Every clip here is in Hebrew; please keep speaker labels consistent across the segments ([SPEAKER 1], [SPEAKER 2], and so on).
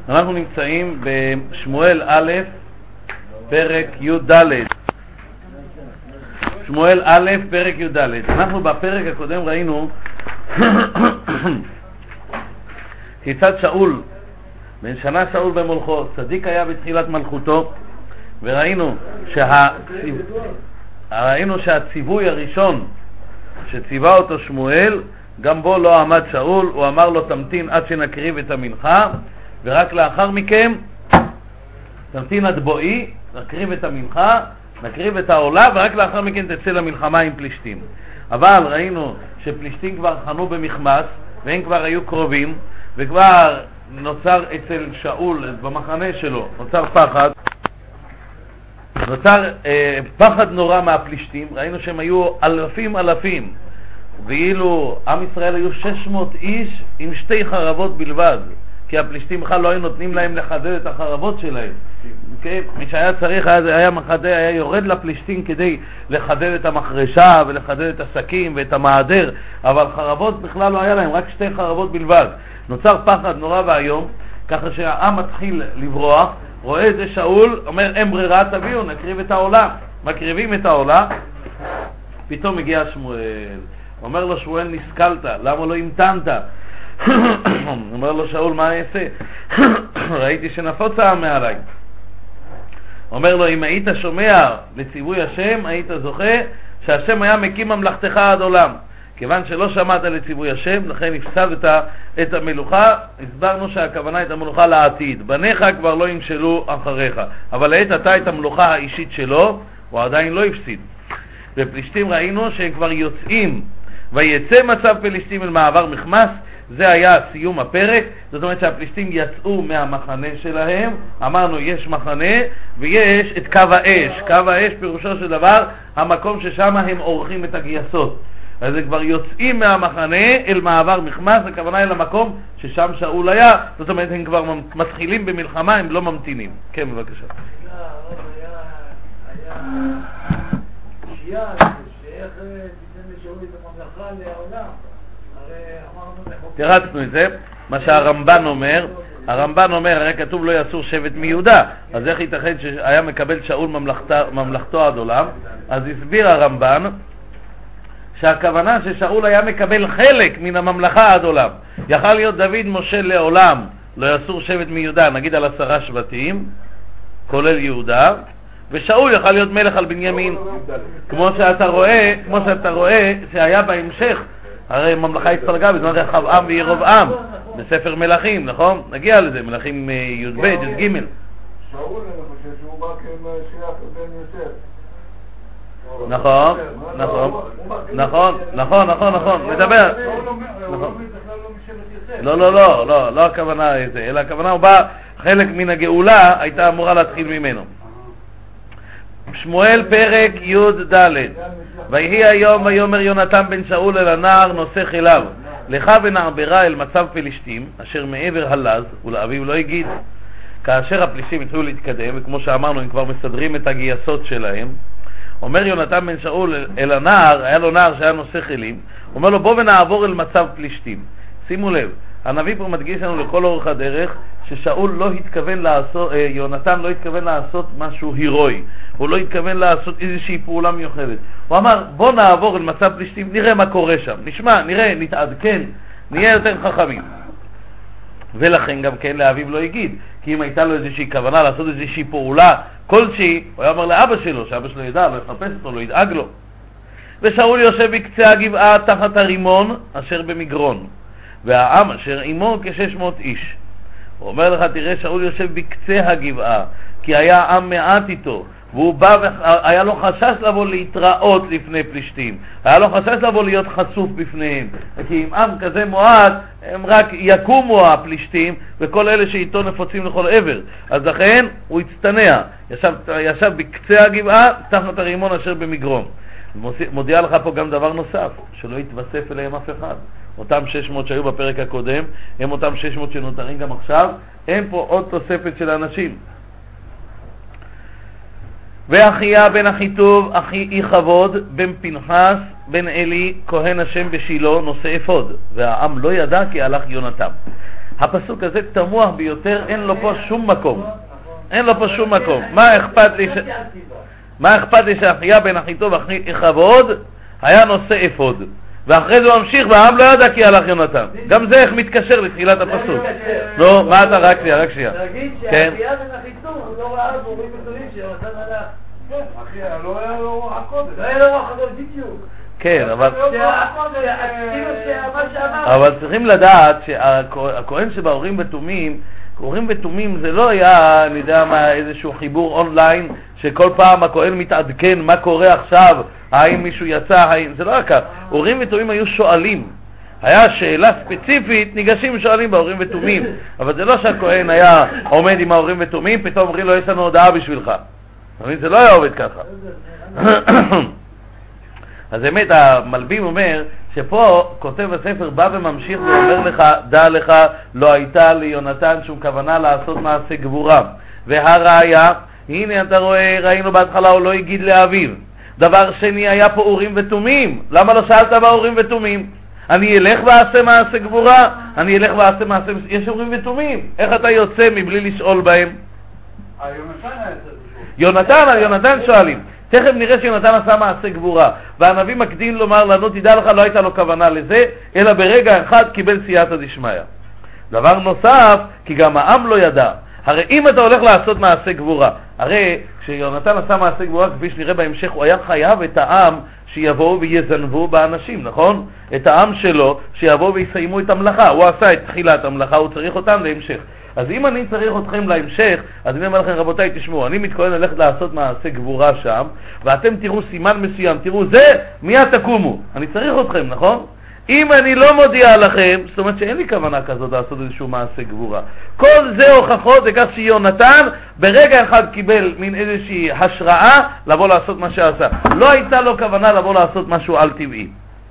[SPEAKER 1] אנחנו נמצאים בשמואל א', פרק י"ד. שמואל א', פרק י"ד. אנחנו בפרק הקודם ראינו כיצד שאול, בן שנה שאול במולכו, צדיק היה בתחילת מלכותו, וראינו שהציווי הראשון שציווה אותו שמואל, גם בו לא עמד שאול. הוא אמר לו תמתין עד שנקריב את המנחה, ורק לאחר מכן תמתין עד בואי, נקריב את המנחה, נקריב את העולה, ורק לאחר מכן תצא למלחמה עם פלישתים. אבל ראינו שפלישתים כבר חנו במחמס, והם כבר היו קרובים, וכבר נוצר אצל שאול במחנה שלו, נוצר פחד נורא מהפלישתים. ראינו שהם היו אלפים, ואילו עם ישראל היו 600 איש עם 2 חרבות בלבד, כי הפלישתים בכלל לא היו נותנים להם לחדד את החרבות שלהם. מי שהיה צריך היה יורד לפלישתים כדי לחדד את המחרשה ולחדד את הסכים ואת המעדר, אבל חרבות בכלל לא היה להם, רק 2 חרבות בלבד. נוצר פחד נורא והיום, ככה שהעם מתחיל לברוח. רואה את זה שאול, אומר אין ברירה, תביאו, נקריב את העולה. מקריבים את העולה, פתאום מגיע שמואל. אומר לו שמואל, נסכלת, למה לא המתנת? אומר לו שאול, מה אני אעשה? ראיתי שנפוץ העם מעליי. אומר לו, אם היית שומע לציווי השם, היית זוכה שהשם היה מקים ממלכתך עד עולם. כיוון שלא שמעת לציווי השם, לכן הפסדת את המלוכה. הסברנו שהכוונה את המלוכה לעתיד. בניך כבר לא ימשלו אחריך, אבל לעת אתה את המלוכה האישית שלו, הוא עדיין לא הפסיד. ופלישתים ראינו שהם כבר יוצאים, ויצא מצב פלישתים אל מעבר מחמס. זה היה סיום הפרק. זאת אומרת שהפלישתים יצאו מהמחנה שלהם. אמרנו יש מחנה ויש את קו האש. קו האש פירושו של דבר המקום ששם הם עורכים את הגייסות. אז הם כבר יוצאים מהמחנה אל מעבר מחמס, הכוונה אל המקום ששם שאול היה. זאת אומרת הם כבר מתחילים במלחמה, הם לא ממתינים. כן, בבקשה.
[SPEAKER 2] היה שיעה שאיך תיתן לשאול את הממלכה לעולם.
[SPEAKER 1] תרצנו את זה, מה שהרמב"ן אומר. הרמב"ן אומר, הרי כתוב לא יסור שבט מיהודה, אז איך ייתכן שהיה מקבל שאול ממלכתו עד עולם? אז הסביר הרמב"ן שהכוונה ששאול היה מקבל חלק מן הממלכה עד עולם. יכל להיות דוד משה לעולם, לא יסור שבט מיהודה, נגיד על 10 שבטים כולל יהודה, ושאול יכל להיות מלך על בנימין, כמו שאתה רואה שהיה בהמשך. הרי ממלכה התפלגה בזמן רחבעם וירבעם בספר מלכים, נכון? נגיע לזה, מלכים י"ב, י"ג.
[SPEAKER 3] שאול, אני חושב שהוא בא כמשיח בן יוסף.
[SPEAKER 1] נכון, מדבר. לא הכוונה לזה, אלא הכוונה הוא בא, חלק מן הגאולה הייתה אמורה להתחיל ממנו. שמואל פרק י"ד. ויהי היום ויאמר יונתן בן שאול אל הנער נושא חיליו, לך ונעברה אל מצב פלישתים אשר מעבר הלז, ולאביו לא הגיד. כאשר הפלישתים התחילו להתקדם, וכמו שאמרנו הם כבר מסדרים את הגייסות שלהם, אומר יונתן בן שאול אל הנער, היה לו נער שהיה נושא חילים, אומר לו בוא ונעבור אל מצב פלישתים. שימו לב, הנביא פה מדגיש לנו לכל אורך הדרך ששאול לא התכוון לעשות, יונתן לא התכוון לעשות משהו הירואי, הוא לא התכוון לעשות איזושהי פעולה מיוחדת. הוא אמר בוא נעבור אל מצב פלישתים, נראה מה קורה שם, נשמע, נראה, נתעדכן, נהיה יותר חכמים. ולכן גם כן לאביו לא הגיד, כי אם הייתה לו איזושהי כוונה לעשות איזושהי פעולה כלשהי, הוא היה אומר לאבא שלו, שאבא שלו ידע, לא יחפש אותו, לא ידאג לו. ושאול יושב בקצה הגבעה תחת הרימון אשר במגרון, והעם אשר עמו כ600 איש. הוא אומר לך, תראה, שאול יושב בקצה הגבעה, כי היה עם מעט איתו, והוא בא והיה לו חשש לבוא להתראות לפני פלישתים, היה לו חשש לבוא להיות חשוף בפניהם, כי עם עם כזה מועט הם רק יקומו הפלישתים וכל אלה שאיתו נפוצים לכל עבר. אז לכן הוא הצטנע, ישב בקצה הגבעה תחת הרימון אשר במגרון. מודיע לך פה גם דבר נוסף, שלא יתווסף אליהם אף אחד. אותם 600 שהיו בפרק הקודם הם אותם 600 שנותרים גם עכשיו, אין פה עוד תוספת של אנשים. ואחיה בן אחיטוב אחי איכבוד בן פנחס בן אלי כהן השם בשילה נושא אפוד, והעם לא ידע כי הלך יונתן. הפסוק הזה תמוה ביותר, אין לו פה שום מקום. אין לו פה שום מקום. מה אכפת לי שאחיה בן אחיטוב ואחיכבוד היה נושא אפוד, ואחרי זה הוא ממשיך והעם לא ידע כי הלך יונתן. גם זה איך מתקשר לתחילת הפסוק. לא, מה אתה? רק שנייה.
[SPEAKER 2] תגיד שאחיה בן אחיטוב הוא לא ראה בורים גדולים שיונתן הלך.
[SPEAKER 3] אחי, לא היה לו רוח הקודם.
[SPEAKER 2] לא היה לו רוח הקודם בדיוק.
[SPEAKER 1] כן,
[SPEAKER 2] אבל
[SPEAKER 1] צריכים לדעת שהכהן שבאורים ותומים, אורים ותומים זה לא היה, אני יודע מה, איזשהו חיבור אונליין שכל פעם הכהן מתעדכן מה קורה עכשיו, האם מישהו יצא, זה לא היה כך. אורים ותומים היו שואלים, היה שאלה ספציפית, ניגשים שואלים באורים ותומים, אבל זה לא שהכהן היה עומד עם האורים ותומים, פתאום אומרים לו יש לנו הודעה בשבילך. זה לא היה עובד ככה. אז באמת המלבים אומר שפה כותב הספר בא וממשיך ואומר לך, דע לך, לא הייתה ליונתן שום כוונה לעשות מעשה גבורה, והראיה, הנה אתה רואה, ראינו בהתחלה הוא לא הגיד לאביו. דבר שני, היה פה אורים ותומים. למה לא שאלת באורים ותומים? אני אלך ועשה מעשה גבורה, אני אלך ועשה מעשה, יש אורים ותומים, איך אתה יוצא מבלי לשאול בהם? יונתן שואלים. תכף נראה שיונתן עשה מעשה גבורה, והנביא מקדים לומר לנו, תדע לך, לא הייתה לו כוונה לזה, אלא ברגע אחד קיבל סייעתא דשמיא. דבר נוסף, כי גם העם לא ידע. הרי אם אתה הולך לעשות מעשה גבורה, הרי כשיונתן עשה מעשה גבורה, כפי שנראה בהמשך, הוא היה חייב את העם שיבואו ויזנבו באנשים, נכון? את העם שלו שיבואו ויסיימו את המלאכה. הוא עשה את תחילת המלאכה, הוא צריך אותם להמשך. אז אם אני צריך אתכם להמשך, אז אני אומר לכם, רבותיי, תשמעו, אני מתכונן ללכת לעשות מעשה גבורה שם, ואתם תראו סימן מסוים, תראו זה, מיד תקומו. אני צריך אתכם, נכון? אם אני לא מודיע לכם, זאת אומרת שאין לי כוונה כזאת לעשות איזשהו מעשה גבורה. כל זה הוכחות לכך שיונתן ברגע אחד קיבל מין איזושהי השראה לבוא לעשות מה שעשה. לא הייתה לו כוונה לבוא לעשות משהו על טבעי.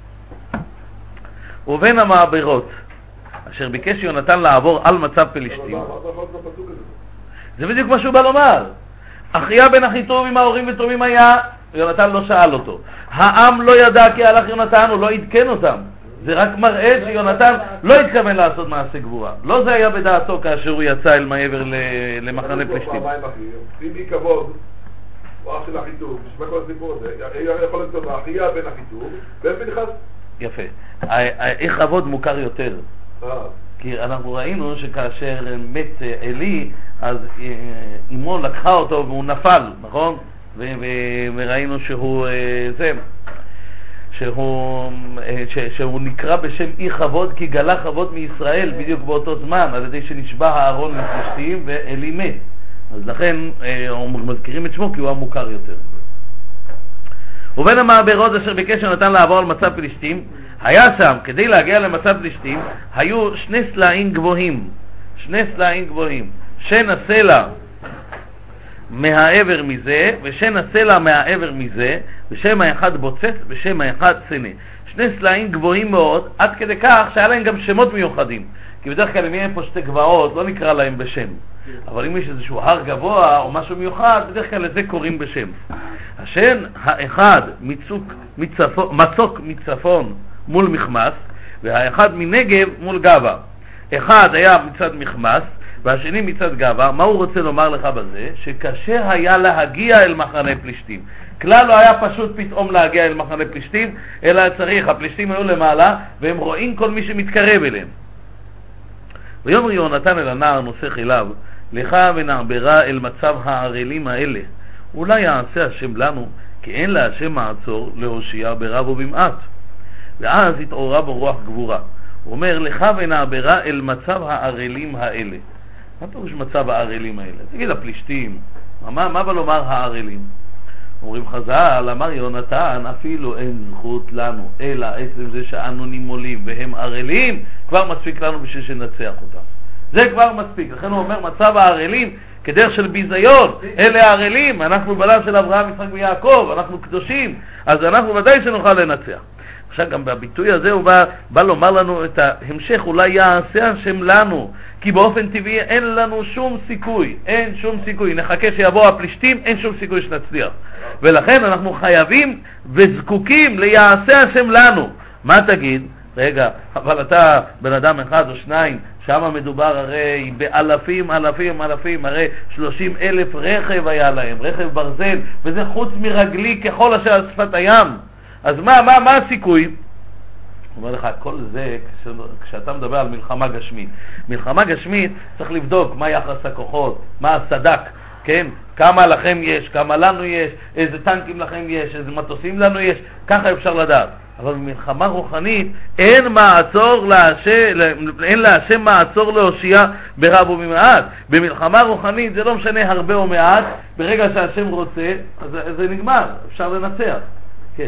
[SPEAKER 1] ובין המעברות אשר ביקש יונתן לעבור על מצב פלישתים, זה בדיוק מה שהוא בא לומר. אחיה בן אחיטוב עם ההורים ותומים היה, יונתן לא שאל אותו. העם לא ידע כי הלך יונתן, הוא לא עדכן אותם. זה רק מראה שיונתן לא התכוון לעשות מעשה גבורה. לא זה היה בדעתו כאשר הוא יצא אל מעבר למחנה פלישתים.
[SPEAKER 3] אם היא כבוד, הוא אח של אחיטוב, נשמע כל הסיפור הזה, יכול להיות אחיה בן אחיטוב, ואין בנכנס.
[SPEAKER 1] יפה. איך עבוד מוכר יותר. כי אנחנו ראינו שכאשר מת אלי, אז אמו לקחה אותו והוא נפל, נכון? וראינו שהוא נקרא בשם אי חבוד כי גלה חבוד מישראל בדיוק באותו זמן, על ידי שנשבע הארון לפלישתים ואלי מת. אז לכן מזכירים את שמו כי הוא המוכר יותר. ובין המעברות אשר ביקש יונתן לעבור על מצב פלישתים, היה שם, כדי להגיע למצב פלישתים, היו שני סלעים גבוהים, שן הסלע מהעבר מזה, ושן הסלע מהעבר מזה, ושם האחד בוצץ, ושם האחד סנה. שני סלעים גבוהים מאוד, עד כדי כך שהיה להם גם שמות מיוחדים. כי בדרך כלל אם יהיה פה שתי גבעות, לא נקרא להם בשם. אבל אם יש איזשהו הר גבוה או משהו מיוחד, בדרך כלל לזה קוראים בשם. השן האחד מצוק מצפון מול מחמס, והאחד מנגב מול גבה. אחד היה מצד מחמס, והשני מצד גבה. מה הוא רוצה לומר לך בזה? שקשה היה להגיע אל מחנה פלישתים. כלל לא היה פשוט פתאום להגיע אל מחנה פלישתים, אלא צריך, הפלישתים היו למעלה, והם רואים כל מי שמתקרב אליהם. ויאמר יונתן אל הנער נושא אליו, לך ונעברה אל מצב הערלים האלה. אולי יעשה השם לנו, כי אין להשם מעצור להושיע ברב ובמעט. ואז התעוררה בו רוח גבורה. הוא אומר, לך ונעברה אל מצב הערלים האלה. מה פירוש מצב הערלים האלה? תגיד, הפלישתים, מה בא לומר הערלים? אומרים חז"ל, אמר יונתן, אפילו אין זכות לנו, אלא עצם זה שאנו נימולים והם ערלים, כבר מספיק לנו בשביל שנצח אותם. זה כבר מספיק. לכן הוא אומר, מצב הערלים כדרך של ביזיון, אלה הערלים, אנחנו בלב של אברהם, יצחק ויעקב, אנחנו קדושים, אז אנחנו ודאי שנוכל לנצח. עכשיו גם בביטוי הזה הוא בא לומר לנו את ההמשך, אולי יעשה השם לנו, כי באופן טבעי אין לנו שום סיכוי, אין שום סיכוי, נחכה שיבוא הפלישתים, אין שום סיכוי שנצליח. ולכן אנחנו חייבים וזקוקים ליעשה השם לנו. מה תגיד? רגע, אבל אתה בן אדם אחד או שניים, שם מדובר הרי באלפים, הרי 30,000 רכב היה להם, רכב ברזל, וזה חוץ מרגלי ככל אשר על שפת הים. אז מה הסיכוי? אומר לך, כל זה כשאתה מדבר על מלחמה גשמית. מלחמה גשמית צריך לבדוק מה יחס הכוחות, מה הסדק, כן? כמה לכם יש, כמה לנו יש, איזה טנקים לכם יש, איזה מטוסים לנו יש, ככה אפשר לדעת. אבל במלחמה רוחנית אין להשם מעצור להושיע ברב ובמעט. במלחמה רוחנית זה לא משנה הרבה או מעט, ברגע שהשם רוצה, אז זה נגמר, אפשר לנצח. כן.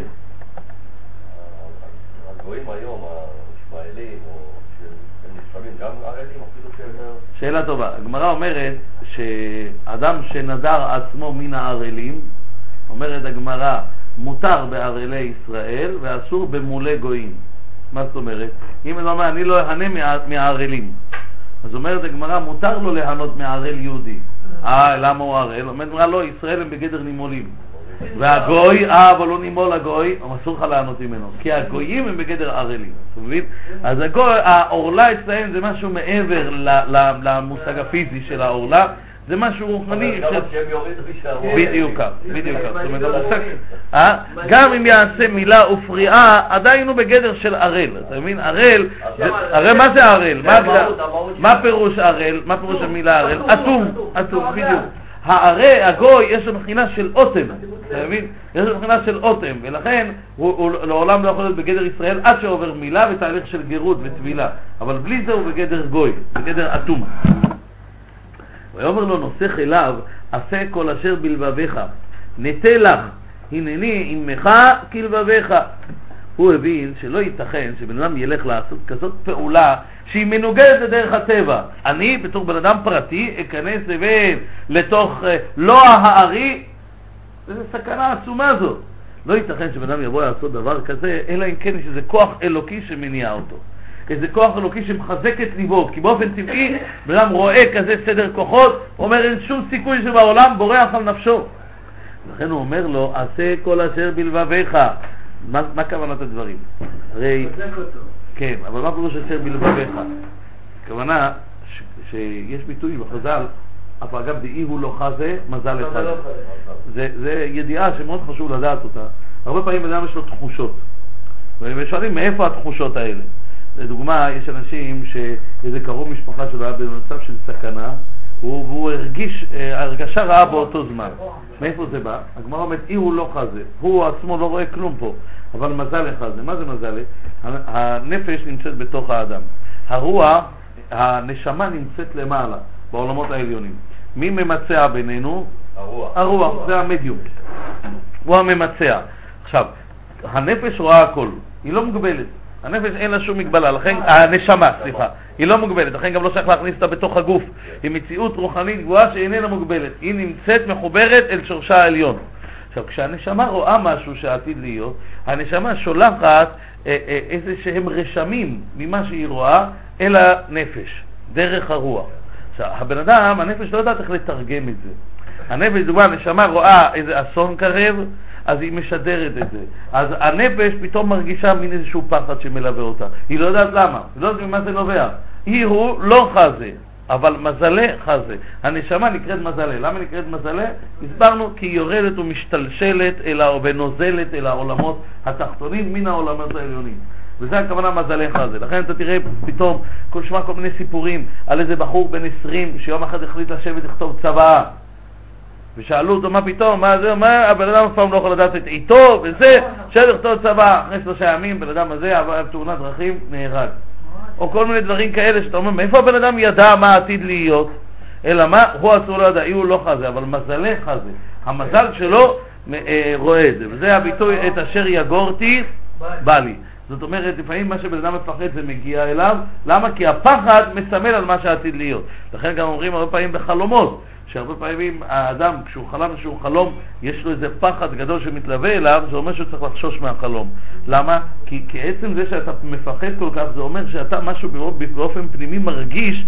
[SPEAKER 4] הגויים היום, הישמעאלים, הם נפעמים גם ערלים, אפילו שהם...
[SPEAKER 1] שאלה טובה. הגמרא אומרת שאדם שנדר עצמו מן הערלים, אומרת הגמרא, מותר בערלי ישראל ואסור במולי גויים. מה זאת אומרת? אם הוא אומר, אני לא אהנה מהערלים, אז אומרת הגמרא, מותר לו להנות מערל יהודי. למה הוא ערל? אומרת הגמרא, לא, ישראל הם בגדר נימולים. והגוי, אבל לא נימול הגוי, אסור לך לענות ממנו, כי הגויים הם בגדר ערלים. אז העורלה אצלהם זה משהו מעבר למושג הפיזי של העורלה, זה משהו רוחני. בדיוק כך. גם אם יעשה מילה ופריעה, עדיין הוא בגדר של ערל. אתה מבין? ערל, הרי מה זה ערל? מה פירוש ערל? מה פירוש המילה ערל? אטום, בדיוק. הגוי יש לו מבחינה של אוטם, אתה מבין? יש לו מבחינה של אוטם, ולכן הוא לעולם לא יכול להיות בגדר ישראל עד שעובר מילה ותהליך של גירות וטבילה, אבל בלי זה הוא בגדר גוי, בגדר אטום. ויאמר לו נוסך אליו, עשה כל אשר בלבביך, נטה לך, הנני עמך כלבביך. הוא הבין שלא ייתכן שבן אדם ילך לעשות כזאת פעולה שהיא מנוגדת לדרך הטבע. אני בתור בן אדם פרטי אכנס לתוך לא הארי, זו סכנה עצומה זאת. לא ייתכן שבן אדם יבוא לעשות דבר כזה, אלא אם כן יש איזה כוח אלוקי שמניע אותו, איזה כוח אלוקי שמחזק את ליבו, כי באופן טבעי בן אדם רואה כזה סדר כוחות, אומר אין שום סיכוי שבעולם בורח על נפשו. לכן הוא אומר לו, עשה כל אשר בלבביך. מה כוונת הדברים? הרי כן, אבל מה פירוש אשר בלבביך? הכוונה שיש ביטוי בחז"ל, אף אגב דאי הוא לא חזה, מזל אחד. זה ידיעה שמאוד חשוב לדעת אותה. הרבה פעמים אדם יש לו תחושות, ושואלים מאיפה התחושות האלה. לדוגמה, יש אנשים שאיזה קרוב משפחה שלו היה במצב של סכנה, והוא הרגיש הרגשה רעה באותו זמן. מאיפה זה בא? הגמרא אומרת, אי הוא לא חזה, הוא עצמו לא רואה כלום פה, אבל מזל אחד. מה זה מזל? הנפש נמצאת בתוך האדם, הרוח, הנשמה נמצאת למעלה בעולמות העליונים. מי ממצע בינינו? הרוח, זה המדיום, הוא הממצע. עכשיו, הנפש רואה הכל, היא לא מוגבלת, הנפש אין לה שום מגבלה, לכן הנשמה, היא לא מוגבלת, לכן גם לא שייך להכניס אותה בתוך הגוף. היא מציאות רוחנית גבוהה שאיננה מוגבלת, היא נמצאת מחוברת אל שורשה העליון. עכשיו, כשהנשמה רואה משהו שעתיד להיות, הנשמה שולחת איזה שהם רשמים ממה שהיא רואה אל הנפש, דרך הרוח. עכשיו, הבן אדם, הנפש לא יודעת איך לתרגם את זה. הנפש, דוגמה, הנשמה רואה איזה אסון קרב, אז היא משדרת את זה. אז הנפש פתאום מרגישה מין איזשהו פחד שמלווה אותה. היא לא יודעת למה, היא לא יודעת ממה זה נובע. הוא לא חזה, אבל מזלה חזה. הנשמה נקראת מזלה. למה נקראת מזלה? הסברנו כי היא יורדת ומשתלשלת ונוזלת אל העולמות התחתונים מן העולמות העליונים. וזה הכוונה מזלה חזה. לכן אתה תראה פתאום כל מיני סיפורים על איזה בחור בן 20 שיום אחד החליט לשבת לכתוב צוואה. ושאלו אותו מה פתאום, מה זה, הבן אדם אף פעם לא יכול לדעת את איתו וזה, שדך תות צבא, אחרי 3 ימים בן אדם הזה עבר תאונת דרכים, נהרג. או כל מיני דברים כאלה שאתה אומר, מאיפה הבן אדם ידע מה עתיד להיות? אלא מה, הוא אסור לא ידע, הוא לא חזה, אבל מזלה חזה. המזל שלו רואה את זה, וזה הביטוי, את אשר יגורתי בא לי. זאת אומרת, לפעמים מה שבן אדם מפחד זה מגיע אליו, למה? כי הפחד מסמל על מה שעתיד להיות. לכן גם אומרים הרבה פעמים בחלומות, שהרבה פעמים האדם, כשהוא חלם איזשהו חלום, יש לו איזה פחד גדול שמתלווה אליו, זה אומר שהוא צריך לחשוש מהחלום. למה? כי עצם זה שאתה מפחד כל כך, זה אומר שאתה משהו באופן פנימי מרגיש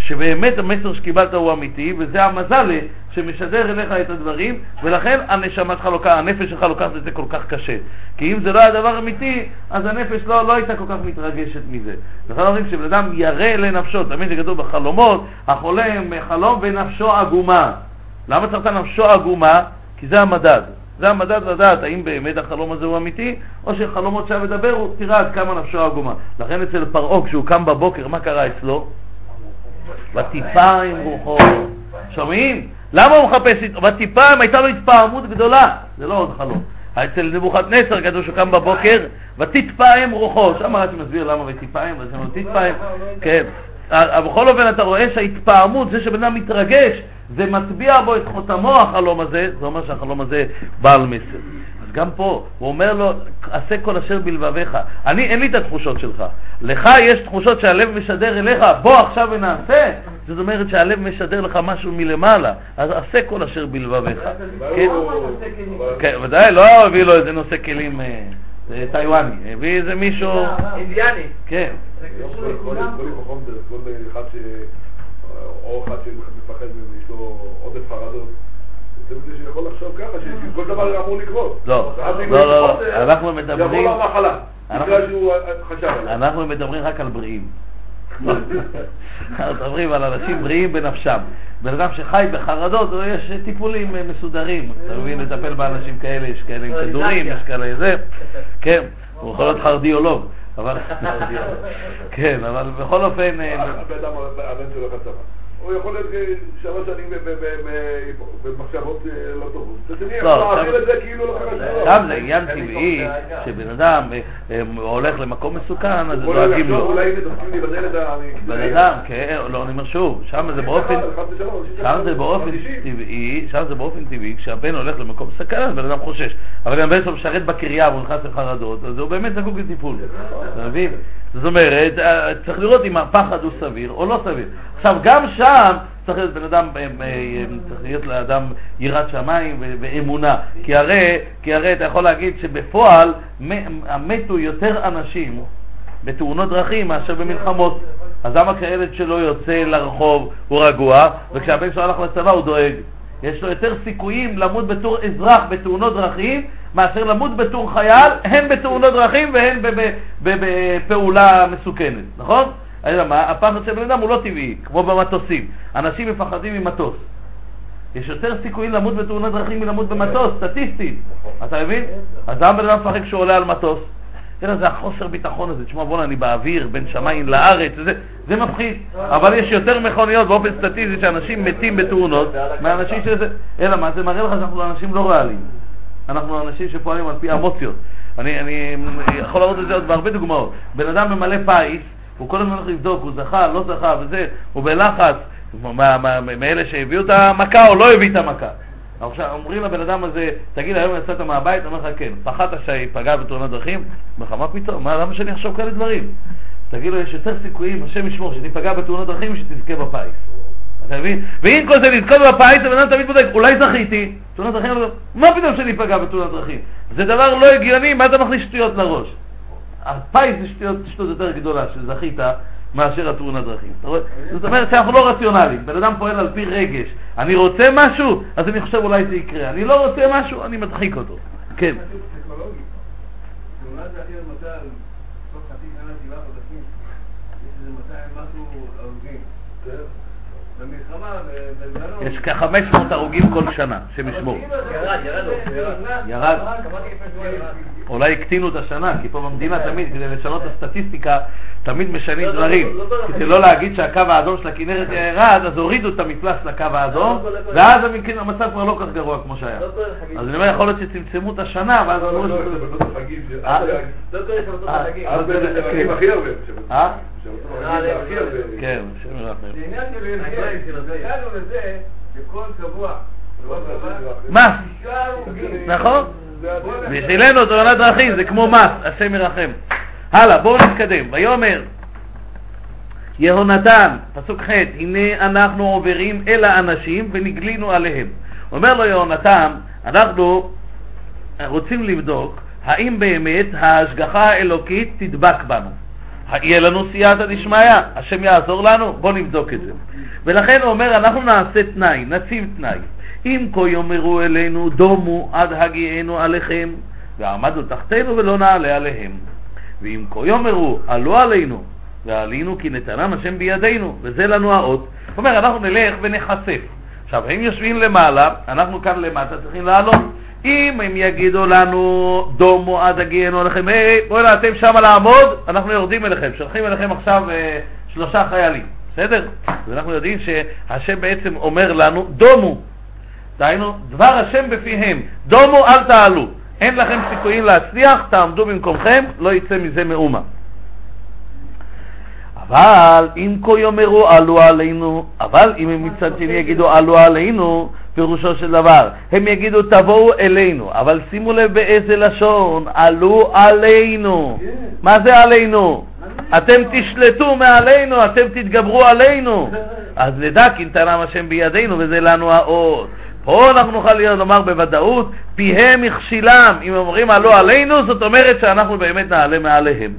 [SPEAKER 1] שבאמת המסר שקיבלת הוא אמיתי, וזה המזל שמשדר אליך את הדברים, ולכן הנשמה שלך לוקח, הנפש שלך לוקחת את זה כל כך קשה. כי אם זה לא היה דבר אמיתי, אז הנפש לא הייתה כל כך מתרגשת מזה. לכן אומרים שבן אדם ירא לנפשו, תמיד זה כתוב בחלומות, החולם חלום ונפשו עגומה. למה צריך את נפשו עגומה? כי זה המדד. זה המדד לדעת האם באמת החלום הזה הוא אמיתי, או שחלומות שהיה מדבר, הוא תראה עד כמה נפשו עגומה. לכן אצל פרעה, כשהוא קם בבוקר, מה קרה אצלו? וטיפיים רוחו. שומעים? למה הוא מחפש? וטיפיים, הייתה לו התפעמות גדולה. זה לא עוד חלום. אצל נבוכדנצר כתוב שהוא קם בבוקר, ותתפעם רוחו. שם רש"י מסביר למה ותתפעם, ותתפעם. כן. אבל בכל אופן אתה רואה שההתפעמות, זה שבן אדם מתרגש, זה מטביע בו את חותמו החלום הזה, זה אומר שהחלום הזה בעל מסר. אז גם פה, הוא אומר לו, עשה כל אשר בלבביך. אין לי את התחושות שלך. לך יש תחושות שהלב משדר אליך, בוא עכשיו ונעשה. זאת אומרת שהלב משדר לך משהו מלמעלה. אז עשה כל אשר בלבביך. כן, ודאי, לא הביא לו איזה נושא כלים טיואני, הביא איזה מישהו
[SPEAKER 2] אינדיאני.
[SPEAKER 1] כן.
[SPEAKER 3] כל אחד או אחד שמפחד יש לו עודף חרדות, זה שיכול לחשוב ככה, שכל דבר אמור לקרות.
[SPEAKER 1] לא, אנחנו מדברים,
[SPEAKER 3] זה יכול למחלה, בגלל שהוא חשב עליו.
[SPEAKER 1] אנחנו מדברים רק על בריאים. אנחנו מדברים על אנשים בריאים בנפשם. בן אדם שחי בחרדות, יש טיפולים מסודרים, אתה מבין, לטפל באנשים כאלה, יש כאלה עם כדורים, יש כאלה זה, כן, הוא יכול להיות חרדיולוג. כן, אבל בכל אופן
[SPEAKER 3] הבן שלו חצבה הוא יכול להיות 3 שנים במחשבות לא טובות. להעביר את זה כאילו לא קרה.
[SPEAKER 1] שם זה עניין טבעי שבן אדם הולך למקום מסוכן, אז דואגים לו.
[SPEAKER 3] אולי מתעסקים להיבדל את
[SPEAKER 1] בן אדם, כן, לא, אני אומר שוב, שם זה באופן טבעי, כשהבן הולך למקום מסוכן, בן אדם חושש. אבל אם הבן שלו משרת בקריה והוא נכנס לחרדות, אז הוא באמת זקוק לטיפול. אתה מבין? זאת אומרת, צריך לראות אם הפחד הוא סביר או לא סביר. עכשיו, גם שם צריך להיות בן אדם, צריך להיות לאדם יראת שמיים ואמונה. כי הרי אתה יכול להגיד שבפועל מתו יותר אנשים בתאונות דרכים מאשר במלחמות. אז למה כשהילד שלו יוצא לרחוב הוא רגוע, וכשהבן שלו הלך לצבא הוא דואג? יש לו יותר סיכויים למות בתור אזרח בתאונות דרכים מאשר למות בתור חייל, הן בתאונות דרכים והן בפעולה מסוכנת, נכון? אלא מה? הפחד של בן אדם הוא לא טבעי, כמו במטוסים. אנשים מפחדים ממטוס. יש יותר סיכויים למות בתאונות דרכים מלמות במטוס, סטטיסטית. אתה מבין? אז למה בן אדם מפחד כשהוא עולה על מטוס? אלא זה החוסר ביטחון הזה, תשמע בואו אני באוויר בין שמיים לארץ, זה מפחיד. אבל יש יותר מכוניות באופן סטטיסטי שאנשים מתים בתאונות מהאנשים שזה, אלא מה? זה מראה לך שאנחנו אנשים לא ריאליים. אנחנו אנשים שפועלים על פי אמוציות. אני יכול לראות את זה עוד בהרבה דוגמאות. בן אדם ממלא פייס, הוא כל הזמן הולך לבדוק, הוא זכה, לא זכה וזה, הוא בלחץ מאלה שהביאו את המכה או לא הביא את המכה. עכשיו אומרים לבן אדם הזה, תגיד היום יצאת מהבית, אומר לך כן, פחדת שיפגע בתאונת דרכים? מה פתאום? למה שאני אחשוב כאלה דברים? תגיד לו, יש יותר סיכויים, השם ישמור, שתיפגע בתאונות דרכים ושתזכה בפייס. אתה מבין? ואם כל זה נזכות בפייס, הבן אדם תמיד בודק, אולי זכיתי, תאונת דרכים, מה פתאום שאני אפגע בתאונת דרכים? זה דבר לא הגיוני, מה אתה מכניס שטויות לראש? הפייס זה שטות יותר גדולה, שזכית מאשר התאונת דרכים. זאת אומרת שאנחנו לא רציונליים, בן אדם פועל על פי רגש. אני רוצה משהו, אז אני חושב אולי זה יקרה. אני לא רוצה משהו, אני מדחיק אותו. כן.
[SPEAKER 5] תאונת דרכים למשל, תוך חצי שנה 7 חודשים, יש איזה 200 משהו הרוגים. במלחמה,
[SPEAKER 1] יש כ-500 הרוגים כל שנה, שמשמור. ירד. אולי הקטינו את השנה, כי פה במדינה תמיד, כדי לשנות את הסטטיסטיקה, תמיד משנים דברים. כדי לא להגיד שהקו האדום של הכנרת ירד, אז הורידו את המפלס לקו האדום, ואז המצב כבר לא כך גרוע כמו שהיה. אז אני אומר, יכול להיות שצמצמו את השנה, ואז אמרו
[SPEAKER 3] לא בנות החגים. לא קוראים שבנות החגים. אז זה הכי הרבה.
[SPEAKER 1] כן, שם מרחם.
[SPEAKER 5] זה עניין שלו, הגענו לזה שכל שבוע
[SPEAKER 1] מס, נכון? בשבילנו תאונת דרכים זה כמו מס, השם ירחם. הלאה, בואו נתקדם. ויאמר יהונתן, פסוק ח', הנה אנחנו עוברים אל האנשים ונגלינו עליהם. אומר לו יהונתן, אנחנו רוצים לבדוק האם באמת ההשגחה האלוקית תדבק בנו. יהיה לנו סייעתא דשמיא, השם יעזור לנו, בוא נבדוק את זה. ולכן הוא אומר, אנחנו נעשה תנאי, נציב תנאי. אם כה יאמרו אלינו דומו עד הגיענו עליכם, ועמדו תחתנו ולא נעלה עליהם. ואם כה יאמרו עלו עלינו, ועלינו כי נתנם השם בידינו, וזה לנו האות. זאת אומרת, אנחנו נלך ונחשף. עכשיו, הם יושבים למעלה, אנחנו כאן למטה צריכים לעלות. אם הם יגידו לנו דומו עד הגיענו עליכם, בואו אתם שם לעמוד, אנחנו יורדים אליכם, שולחים אליכם עכשיו 3 חיילים, בסדר? אז אנחנו יודעים שהשם בעצם אומר לנו דומו, דהיינו דבר השם בפיהם, דומו אל תעלו, אין לכם סיכויים להצליח, תעמדו במקומכם, לא יצא מזה מאומה. אבל אם כה יאמרו עלו עלינו, אבל אם הם מצד שני יגידו עלו עלינו, פירושו של דבר, הם יגידו תבואו אלינו, אבל שימו לב באיזה לשון, עלו עלינו. מה זה עלינו? אתם תשלטו מעלינו, אתם תתגברו עלינו. אז נדע כי נתנם השם בידינו, וזה לנו האות. פה אנחנו נוכל לומר בוודאות, פיהם הכשילם. אם אומרים עלו עלינו, זאת אומרת שאנחנו באמת נעלה מעליהם.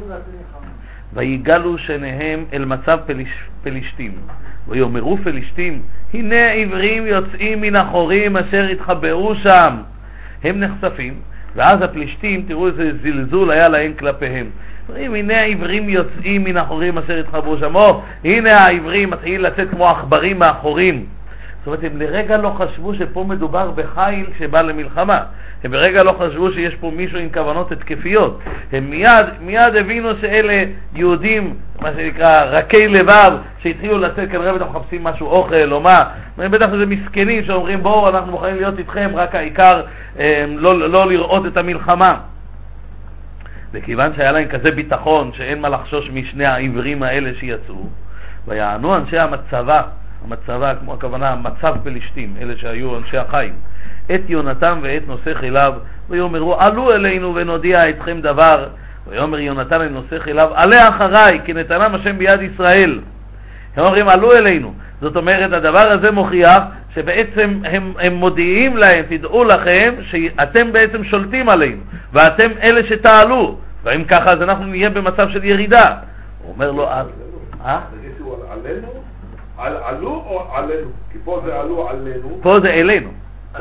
[SPEAKER 1] ויגלו שניהם אל מצב פלישתים, ויאמרו פלישתים, הנה עברים יוצאים מן החורים אשר התחבאו שם. הם נחשפים, ואז הפלישתים, תראו איזה זלזול היה להם כלפיהם. אומרים, הנה העברים יוצאים מן החורים אשר התחבאו שם. הנה העברים מתחילים לצאת כמו עכברים מהחורים. זאת אומרת, הם לרגע לא חשבו שפה מדובר בחיל שבא למלחמה. הם ברגע לא חשבו שיש פה מישהו עם כוונות התקפיות. הם מיד הבינו שאלה יהודים, מה שנקרא, רכי לבב, שהתחילו לצאת כנראה ואתם מחפשים משהו אוכל או מה. בטח שזה מסכנים שאומרים בואו אנחנו מוכנים להיות איתכם, רק העיקר לא לראות את המלחמה. וכיוון שהיה להם כזה ביטחון שאין מה לחשוש משני העברים האלה שיצאו, ויענו אנשי המצבה, כמו הכוונה, מצב פלישתים, אלה שהיו אנשי החיים, את יונתן ואת נושא חיליו, ויאמרו עלו אלינו ונודיע אתכם דבר. ויאמר יונתן אל נושא חיליו, עלה אחריי כי נתנם השם ביד ישראל. הם אומרים עלו אלינו. זאת אומרת, הדבר הזה מוכיח שבעצם הם מודיעים להם, תדעו לכם שאתם בעצם שולטים עלינו, ואתם אלה שתעלו, ואם ככה אז אנחנו נהיה במצב של ירידה. הוא אומר לו,
[SPEAKER 3] עלינו? עלו או עלינו? כי פה זה עלו עלינו.
[SPEAKER 1] פה זה אלינו.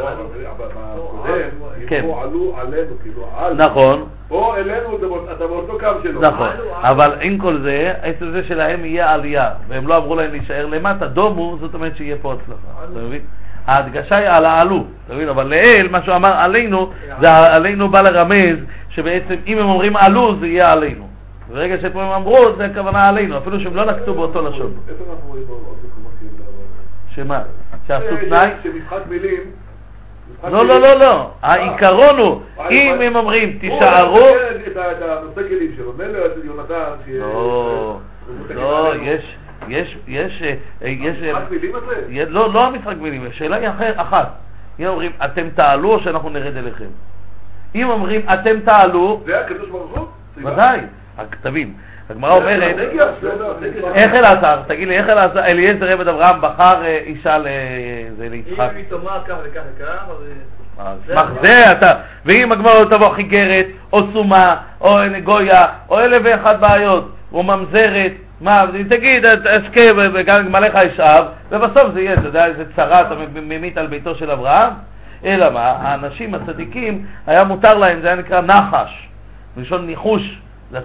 [SPEAKER 3] כן. פה עלו עלינו, כאילו עלו.
[SPEAKER 1] נכון.
[SPEAKER 3] פה אלינו, אתה באותו קו שלו.
[SPEAKER 1] נכון. אבל עם כל זה, עצם זה שלהם יהיה עלייה, והם לא אמרו להם להישאר למטה, דומו, זאת אומרת שיהיה פה הצלחה. אתה מבין? ההדגשה היא על העלו, אתה מבין? אבל לאל, מה שהוא אמר עלינו, זה עלינו בא לרמז, שבעצם אם הם אומרים עלו, זה יהיה עלינו. ברגע שפה הם אמרו, זה הכוונה עלינו, אפילו שהם לא נקטו באותו לשון.
[SPEAKER 3] איפה אנחנו רואים עוד מקומות כאלה?
[SPEAKER 1] שמה? שעשו תנאי?
[SPEAKER 3] שמשחק מילים...
[SPEAKER 1] לא. העיקרון הוא, אם הם אומרים תישארו...
[SPEAKER 3] את הנושא כלים שלו, מלא את יונתן שיהיה...
[SPEAKER 1] לא, יש...
[SPEAKER 3] משחק מילים הזה?
[SPEAKER 1] לא המשחק מילים, השאלה היא אחת. אם אומרים אתם תעלו או שאנחנו נרד אליכם. אם אומרים אתם תעלו... זה הקדוש ברוך הוא? ודאי. תבין, הגמרא אומרת, איך אלעזר, תגיד לי, איך אלעזר, אליעזר עבד אברהם בחר אישה ליצחק?
[SPEAKER 2] אם היא תאמר כך וכך וכך,
[SPEAKER 1] אז סמך זה אתה, ואם הגמרא לא תבוא חיגרת, או סומה, או גויה, או 1001 בעיות, או ממזרת, מה, תגיד, אשכה גם גמליך ישאב, ובסוף זה יהיה, אתה יודע, איזה צרה, אתה ממית על ביתו של אברהם, אלא מה, האנשים הצדיקים, היה מותר להם, זה היה נקרא נחש, ראשון ניחוש,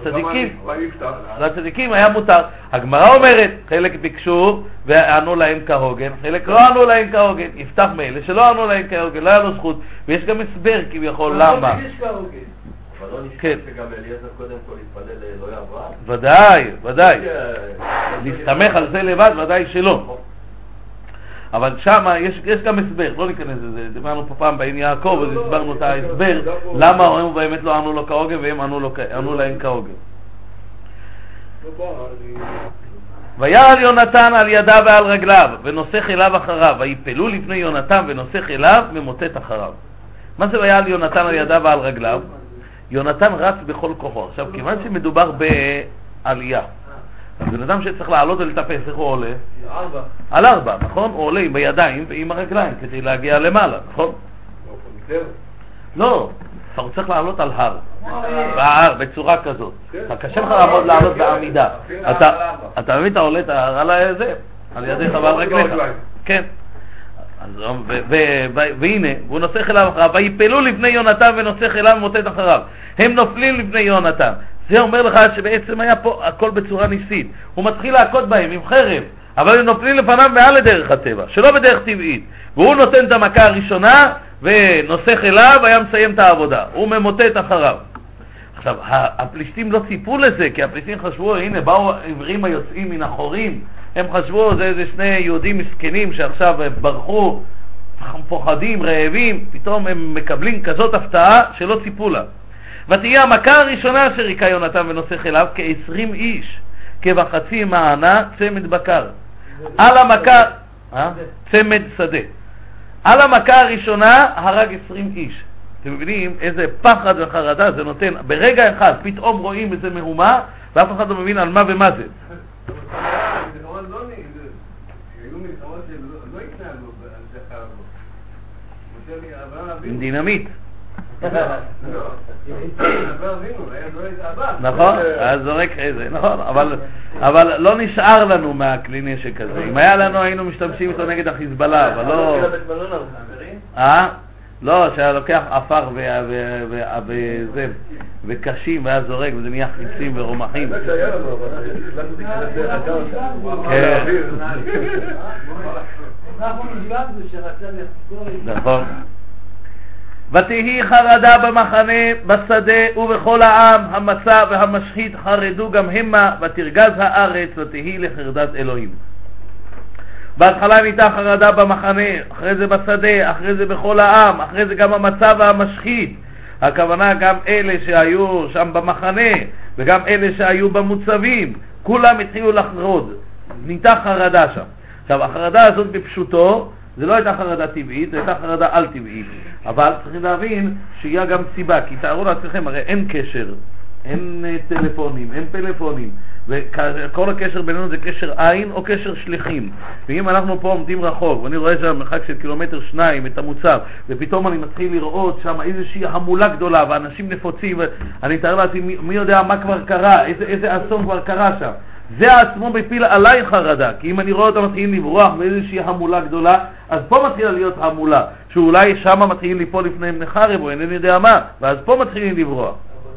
[SPEAKER 1] לצדיקים היה מותר. הגמרא אומרת, חלק ביקשו וענו להם כהוגן, חלק לא ענו להם כהוגן, יפתח מאלה שלא ענו להם כהוגן, לא היה לו זכות, ויש גם הסבר כביכול למה.
[SPEAKER 4] אבל לא נשכח שגם אליעזר קודם כל התפלל לאלוהי אברהם.
[SPEAKER 1] ודאי, להסתמך על זה לבד, ודאי שלא. אבל שם יש גם הסבר, לא ניכנס לזה, דיברנו פה פעם בעין יעקב, אז הסברנו את ההסבר, למה הם באמת לא ענו לו כהוגן והם ענו להם כהוגן. ויעל יונתן על ידיו ועל רגליו, ונושא חיליו אחריו, ויפלו לפני יונתן ונושא חיליו ממוטט אחריו. מה זה ויעל יונתן על ידיו ועל רגליו? יונתן רץ בכל כוחו. עכשיו, כיוון שמדובר בעלייה, הבן אדם שצריך לעלות ולטפס, איך הוא עולה? על 4, נכון? הוא עולה בידיים ועם הרגליים כדי להגיע למעלה, נכון? לא, אתה צריך לעלות על הר. בצורה כזאת. קשה לך לעלות בעמידה. אתה מבין, אתה עולה על זה, על ידיך ועל רגליך. כן. והנה, הוא נוסך אליו אחריו, ויפלו לפני יונתן ונוסך אליו ומוטט אחריו. הם נופלים לפני יונתן. זה אומר לך שבעצם היה פה הכל בצורה ניסית. הוא מתחיל להכות בהם עם חרב, אבל הם נופלים לפניו מעל לדרך הטבע, שלא בדרך טבעית. והוא נותן את המכה הראשונה ונוסך אליו, והיה מסיים את העבודה. הוא ממוטט אחריו. עכשיו, הפלישתים לא ציפו לזה, כי הפלישתים חשבו, הנה, באו עברים היוצאים מן החורים. הם חשבו, זה איזה שני יהודים מסכנים שעכשיו ברחו, פוחדים, רעבים, פתאום הם מקבלים כזאת הפתעה שלא ציפו לה. ותהיה המכה הראשונה אשר היכה יונתן ונוסך אליו כ-20 איש, כבחצי מענה צמד בקר. על המכה, צמד שדה. על המכה הראשונה הרג 20 איש. אתם מבינים איזה פחד וחרדה זה נותן. ברגע אחד פתאום רואים איזה מהומה, ואף אחד לא מבין על מה ומה זה. עם דינמיט. נכון, אז זורק איזה, נכון, אבל לא נשאר לנו מהכלי נשק הזה. אם היה לנו היינו משתמשים איתו נגד החיזבאללה, אבל לא... לא, שהיה לוקח אפר וזה, וקשים והיה זורק וזה נהיה חיצים ורומחים. כן. נכון. ותהי חרדה במחנה, בשדה ובכל העם, המסע והמשחית חרדו גם המה, ותרגז הארץ ותהי לחרדת אלוהים. בהתחלה הייתה חרדה במחנה, אחרי זה בשדה, אחרי זה בכל העם, אחרי זה גם המצב והמשחית. הכוונה גם אלה שהיו שם במחנה וגם אלה שהיו במוצבים, כולם התחילו לחרוד, ניתה חרדה שם. עכשיו החרדה הזאת בפשוטו זה לא הייתה חרדה טבעית, זה הייתה חרדה על טבעית, אבל צריכים להבין שיהיה גם סיבה, כי תארו לעצמכם, הרי אין קשר, אין טלפונים, אין פלאפונים, וכל הקשר בינינו זה קשר עין או קשר שליחים. ואם אנחנו פה עומדים רחוק ואני רואה שם מרחק של 1-2 קילומטר את המוצב, ופתאום אני מתחיל לראות שם איזושהי המולה גדולה ואנשים נפוצים, ואני מתאר לעצמי מי יודע מה כבר קרה, איזה אסון כבר קרה שם, זה עצמו מפיל עליי חרדה. כי אם אני רואה אותם מתחילים לברוח באיזושהי המולה גדולה, אז פה מתחילה להיות המולה, שאולי שם מתחילים ליפול לפניהם נחרב או אינני יודע מה, ואז פה מתחילים לברוח.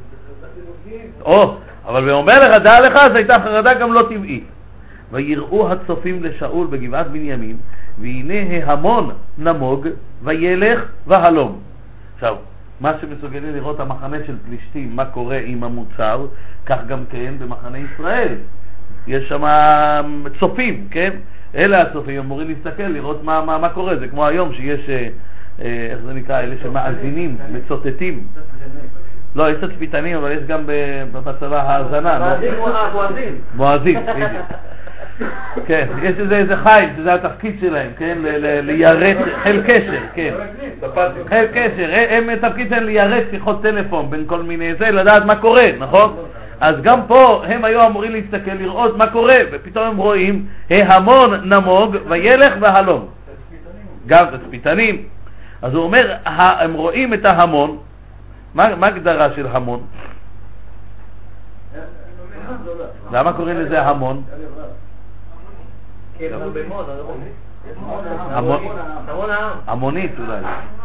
[SPEAKER 1] אבל ואומר לך, דע לך, אז הייתה חרדה גם לא טבעית. ויראו הצופים לשאול בגבעת בנימין, והנה ההמון נמוג וילך והלום. עכשיו, מה שמסוגלים לראות המחנה של פלישתים, מה קורה עם המוצב, כך גם כן במחנה ישראל. יש שם צופים, כן? אלה הצופים, אמורים להסתכל, לראות מה קורה. זה כמו היום שיש, איך זה נקרא, אלה שמאזינים, מצוטטים. לא, יש תצפיתנים, אבל יש גם בצבא האזנה. מואזין. כן, יש איזה חייל, שזה התפקיד שלהם, כן? ליירט, חיל קשר, כן. חיל קשר, הם התפקיד שלהם ליירט שיחות טלפון בין כל מיני זה, לדעת מה קורה, נכון? אז גם פה הם היו אמורים להסתכל, לראות מה קורה, ופתאום הם רואים, ההמון נמוג וילך והלום. גם תצפיתנים. אז הוא אומר, הם רואים את ההמון. מה הגדרה של המון? למה קוראים לזה המון? המונית אולי.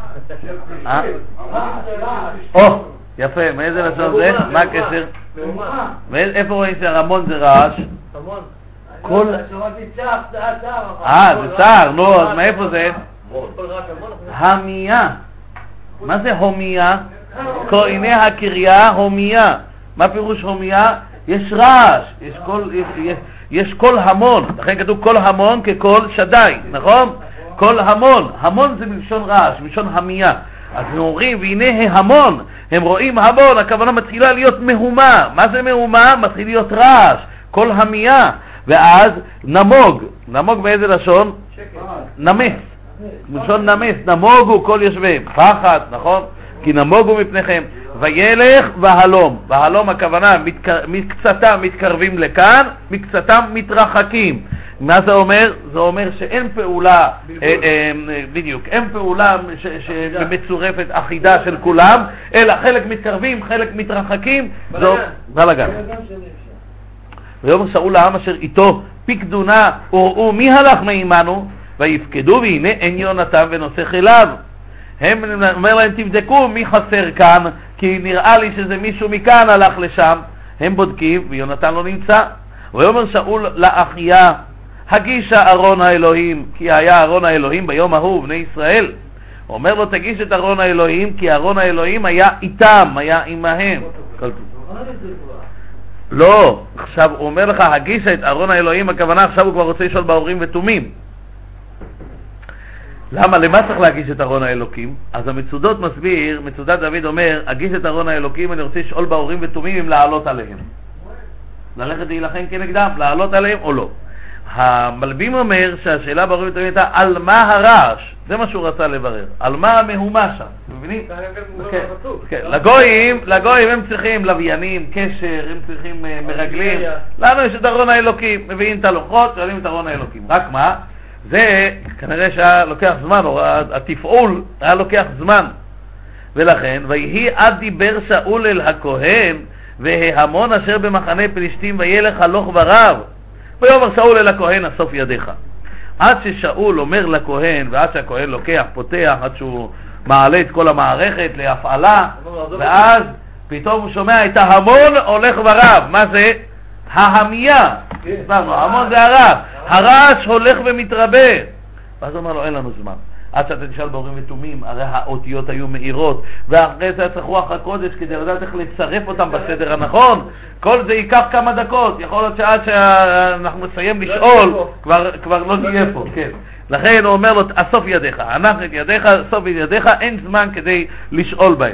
[SPEAKER 1] יפה, מאיזה לשון זה? מה הקשר? איפה רואים שהרמון זה רעש? זה צער, נו, אז מאיפה זה? המיה. מה זה הומיה? קוראים הקריה הומיה. מה פירוש הומיה? יש רעש, יש קול המון, לכן כתוב קול המון כקול שדי, נכון? קול המון, המון זה מלשון רעש, מלשון המיה. אז הם אומרים, והנה ההמון, הם רואים המון, הכוונה מתחילה להיות מהומה. מה זה מהומה? מתחיל להיות רעש, קול המיה. ואז נמוג, נמוג באיזה לשון? נמס, מלשון נמס, נמוגו כל יושביהם, פחד, נכון? כי נמוגו מפניכם. וילך והלום, והלום הכוונה מקצתם מתקרבים לכאן, מקצתם מתרחקים. מה זה אומר? זה אומר שאין פעולה, בדיוק, אין פעולה שמצורפת אחידה של כולם, אלא חלק מתקרבים, חלק מתרחקים, זו בלגן. ויאמר שאול לעם אשר איתו פיקדו נא וראו מי הלך מעמנו, ויפקדו והנה אין יונתן ונוסך אליו. הם אומר להם תבדקו מי חסר כאן, כי נראה לי שזה מישהו מכאן הלך לשם. הם בודקים ויונתן לא נמצא. ויאמר שאול לאחיה הגישה ארון האלוהים, כי היה ארון האלוהים ביום ההוא בני ישראל. הוא אומר לו תגיש את ארון האלוהים, כי ארון האלוהים היה איתם, היה עמהם. לא, עכשיו הוא אומר לך הגישה את ארון האלוהים, הכוונה עכשיו הוא כבר רוצה לשאול באורים ותומים. למה? למה צריך להגיש את ארון האלוקים? אז המצודות מסביר, מצודת דוד אומר, הגיש את ארון האלוקים, אני רוצה לשאול באורים ותומים אם לעלות עליהם. ללכת להילחם כנגדם, לעלות עליהם או לא. המלבים אומר שהשאלה באורים ותומים הייתה על מה הרעש, זה מה שהוא רצה לברר, על מה המהומה שם, מבינים? לגויים הם צריכים לוויינים, קשר, הם צריכים מרגלים, לנו יש את ארון האלוקים, מביאים את הלוחות, שואלים את ארון האלוקים, רק מה? זה כנראה שהיה לוקח זמן, או התפעול היה לוקח זמן, ולכן ויהי עד דיבר שאול אל הכהן וההמון אשר במחנה פלישתים וילך הלוך ורב, ויאמר שאול אל הכהן אסוף ידיך. עד ששאול אומר לכהן ועד שהכהן לוקח, פותח, עד שהוא מעלה את כל המערכת להפעלה, ואז פתאום הוא שומע את ההמון הולך ורב. מה זה? ההמיה. ההמון זה הרעש, הרעש הולך ומתרבה. ואז הוא אומר לו אין לנו זמן, עד שאתה תשאל באורים ותומים, הרי האותיות היו מאירות, ואחרי זה צריך רוח הקודש כדי לדעת איך לצרף אותם בסדר הנכון. כל זה ייקח כמה דקות, יכול להיות שעד שאנחנו נסיים לשאול כבר לא נהיה פה. כן. לכן הוא אומר לו אסוף ידיך, הנח את ידיך, אסוף את ידיך, אין זמן כדי לשאול בהם.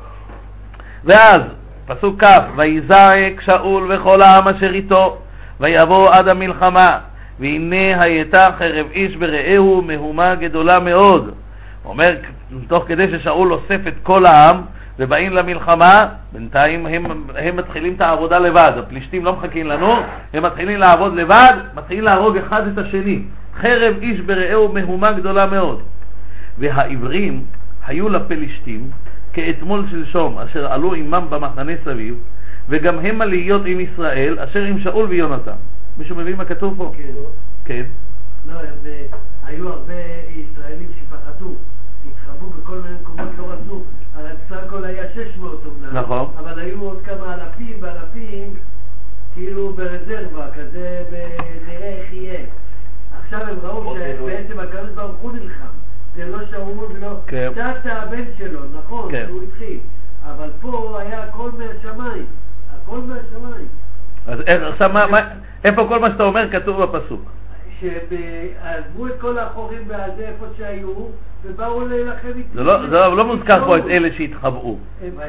[SPEAKER 1] ואז פסוק כ' ויזעק שאול וכל העם אשר איתו ויבוא עד המלחמה, והנה הייתה חרב איש ברעהו מהומה גדולה מאוד. הוא אומר, תוך כדי ששאול אוסף את כל העם ובאים למלחמה, בינתיים הם מתחילים את העבודה לבד, הפלישתים לא מחכים לנו, הם מתחילים לעבוד לבד, מתחילים להרוג אחד את השני. חרב איש ברעהו מהומה גדולה מאוד. והעברים היו לפלישתים כאתמול שלשום, אשר עלו עמם במחנה סביב, וגם הם עליות עם ישראל, אשר עם שאול ויונתן. מישהו מבין מה כתוב פה? כן.
[SPEAKER 2] לא, היו הרבה ישראלים שפחדו, התחבאו בכל מיני מקומות, לא רצו. הרי בסך הכל היה 600 אומנם. נכון. אבל היו עוד כמה אלפים ואלפים, כאילו ברזרבה, כזה נראה איך יהיה. עכשיו הם ראו שבעצם הקדוש ברוך הוא נלחם. זה לא שאול ולא... קצת הבן שלו, נכון, שהוא התחיל. אבל פה היה הכל מהשמיים. הכל מהשמיים.
[SPEAKER 1] אז עכשיו איפה כל מה שאתה אומר כתוב בפסוק?
[SPEAKER 2] שעזבו את כל האחורים והזה איפה שהיו ובאו להילחם איתי.
[SPEAKER 1] זה לא מוזכר פה את אלה שהתחבאו.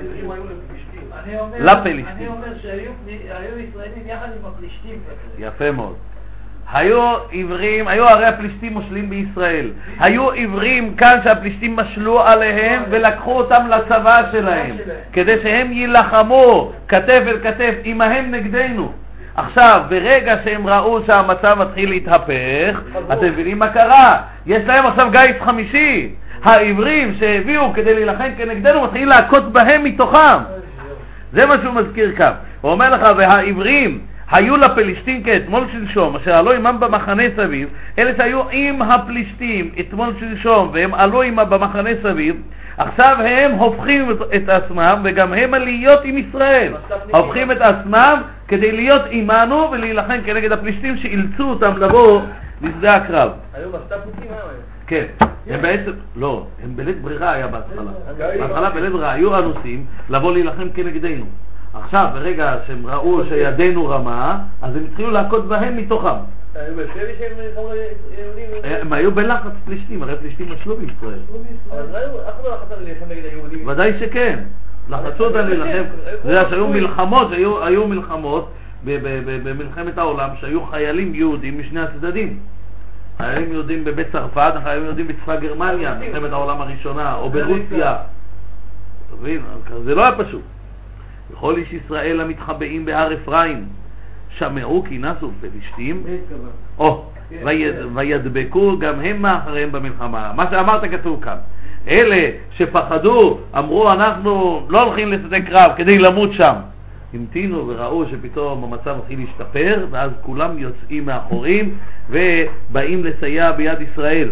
[SPEAKER 1] לפלישתים.
[SPEAKER 2] אני אומר שהיו ישראלים יחד עם הפלישתים.
[SPEAKER 1] יפה מאוד. היו עברים, היו הרי הפלישתים מושלים בישראל. היו עברים כאן שהפלישתים משלו עליהם ולקחו אותם לצבא שלהם כדי שהם יילחמו כתף אל כתף עמהם נגדנו. עכשיו, ברגע שהם ראו שהמצב מתחיל להתהפך, אתם מבינים מה קרה? יש להם עכשיו גיס חמישי. העברים שהביאו כדי להילחם כנגדנו מתחילים להכות בהם מתוכם. זה מה שהוא מזכיר כאן. הוא אומר לך, והעברים היו לפלישתים כאתמול שלשום, אשר עלו עמם במחנה סביב, אלה שהיו עם הפלישתים אתמול שלשום, והם עלו עמם במחנה סביב, עכשיו הם הופכים את עצמם, וגם הם להיות עם ישראל. הופכים את עצמם כדי להיות עמנו ולהילחם כנגד הפלישתים שאילצו אותם לבוא לשדה הקרב.
[SPEAKER 5] היו מסתפקים היום.
[SPEAKER 1] כן, הם בעצם, לא, הם בלית ברירה היה בהתחלה. בהתחלה בלית ברירה היו אנוסים לבוא להילחם כנגדנו. עכשיו, ברגע שהם ראו שידינו רמה, אז הם התחילו להכות בהם מתוכם. הם היו בלחץ פלישתים, הרי פלישתים משלו בישראל.
[SPEAKER 5] אבל אף אחד לא לחץ על להילחם נגד היהודים.
[SPEAKER 1] ודאי שכן. לחצו אותם להילחם. זה היה שהיו מלחמות, היו מלחמות במלחמת העולם, שהיו חיילים יהודים משני הצדדים. חיילים יהודים בבית צרפת, חיילים יהודים בצבא גרמניה, מלחמת העולם הראשונה, או ברוסיה. תבין, זה לא היה פשוט. וכל איש ישראל המתחבאים בהר אפרים שמעו כי נסו פלישתים. וידבקו גם הם מאחריהם במלחמה. מה שאמרת כתוב כאן. אלה שפחדו, אמרו אנחנו לא הולכים לשדה קרב כדי למות שם. המתינו וראו שפתאום המצב מתחיל להשתפר, ואז כולם יוצאים מאחורים ובאים לסייע ביד ישראל.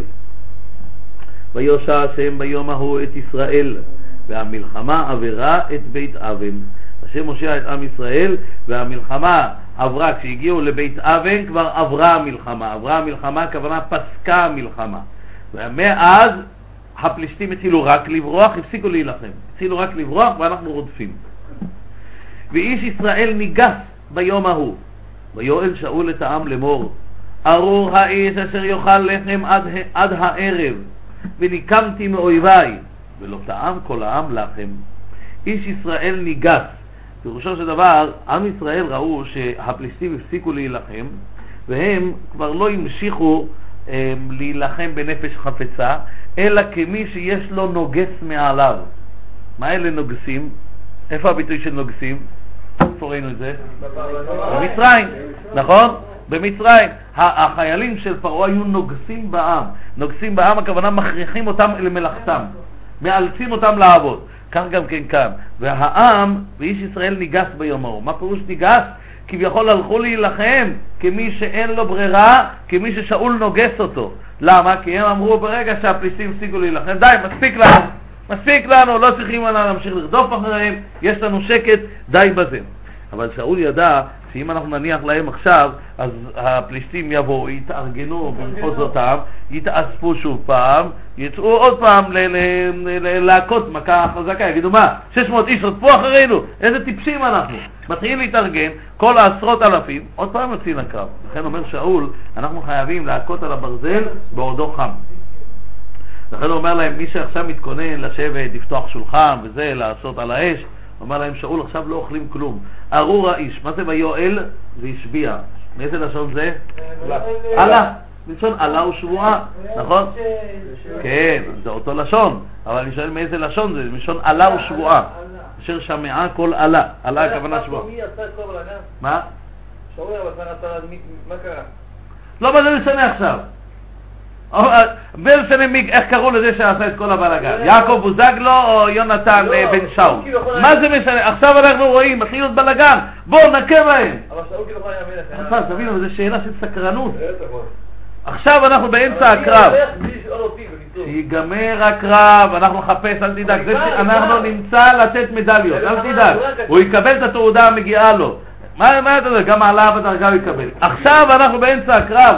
[SPEAKER 1] ויושע השם ביום ההוא את ישראל, והמלחמה עברה את בית אבן. השם מושיע את עם ישראל, והמלחמה עברה, כשהגיעו לבית אבן כבר עברה המלחמה. עברה המלחמה, הכוונה פסקה המלחמה. ומאז הפלישתים התחילו רק לברוח, הפסיקו להילחם. התחילו רק לברוח ואנחנו רודפים. ואיש ישראל ניגס ביום ההוא, ויואל שאול את העם לאמור, ארור האיש אשר יאכל לחם עד הערב, וניקמתי מאויביי, ולא טעם כל העם לחם. איש ישראל ניגס. פירושו של דבר, עם ישראל ראו שהפלישתים הפסיקו להילחם, והם כבר לא המשיכו להילחם בנפש חפצה, אלא כמי שיש לו נוגס מעליו. מה אלה נוגסים? איפה הביטוי של נוגסים? איפה ראינו את זה? במצרים, נכון? במצרים. החיילים של פרעה היו נוגסים בעם. נוגסים בעם, הכוונה מכריחים אותם למלאכתם, מאלצים אותם לעבוד. כך גם כן כאן. והעם ואיש ישראל ניגס ביום ההוא. מה פירוש ניגס? כביכול הלכו להילחם כמי שאין לו ברירה, כמי ששאול נוגס אותו. למה? כי הם אמרו ברגע שהפלישתים הפסיקו להילחם, די, מספיק לנו, לא צריכים להמשיך לרדוף אחריהם, יש לנו שקט, די בזה. אבל שאול ידע שאם אנחנו נניח להם עכשיו, אז הפלישתים יבואו, יתארגנו במחוזותם, יתאספו שוב פעם, יצאו עוד פעם להכות מכה חזקה, יגידו מה, 600 איש רדפו אחרינו, איזה טיפשים אנחנו. מתחילים להתארגן, כל העשרות אלפים, עוד פעם יוצאים לקרב. לכן אומר שאול, אנחנו חייבים להכות על הברזל בעודו חם. לכן הוא אומר להם, מי שעכשיו מתכונן לשבת, לפתוח שולחן וזה, לעשות על האש, אומר להם, שאול עכשיו לא אוכלים כלום. ארור האיש, מה זה ויואל? זה השביע. מאיזה לשון זה? עלה. לשון עלה ושבועה, נכון? כן, זה אותו לשון, אבל אני שואל מאיזה לשון זה? לשון עלה ושבועה. אשר שמעה כל עלה. עלה הכוונה שבועה.
[SPEAKER 4] מי עשה את כל בלגן?
[SPEAKER 1] מה?
[SPEAKER 4] שאול מה קרה?
[SPEAKER 1] לא, מה זה משנה עכשיו? משנה איך קראו לזה שעשה את כל הבלגן? יעקב בוזגלו או יונתן בן שאול? מה זה משנה? עכשיו אנחנו רואים, מתחיל להיות בלגן, בואו נקה בהם.
[SPEAKER 4] אבל שאול כאילו היה מלך.
[SPEAKER 1] תבינו, זו שאלה של סקרנות. עכשיו אנחנו באמצע הקרב, שיגמר הקרב, אנחנו נחפש, אל תדאג, אנחנו נמצא לתת מדליות, אל תדאג, הוא יקבל את התעודה המגיעה לו. מה אתה יודע? גם העלה בדרגה הוא יקבל. עכשיו אנחנו באמצע הקרב.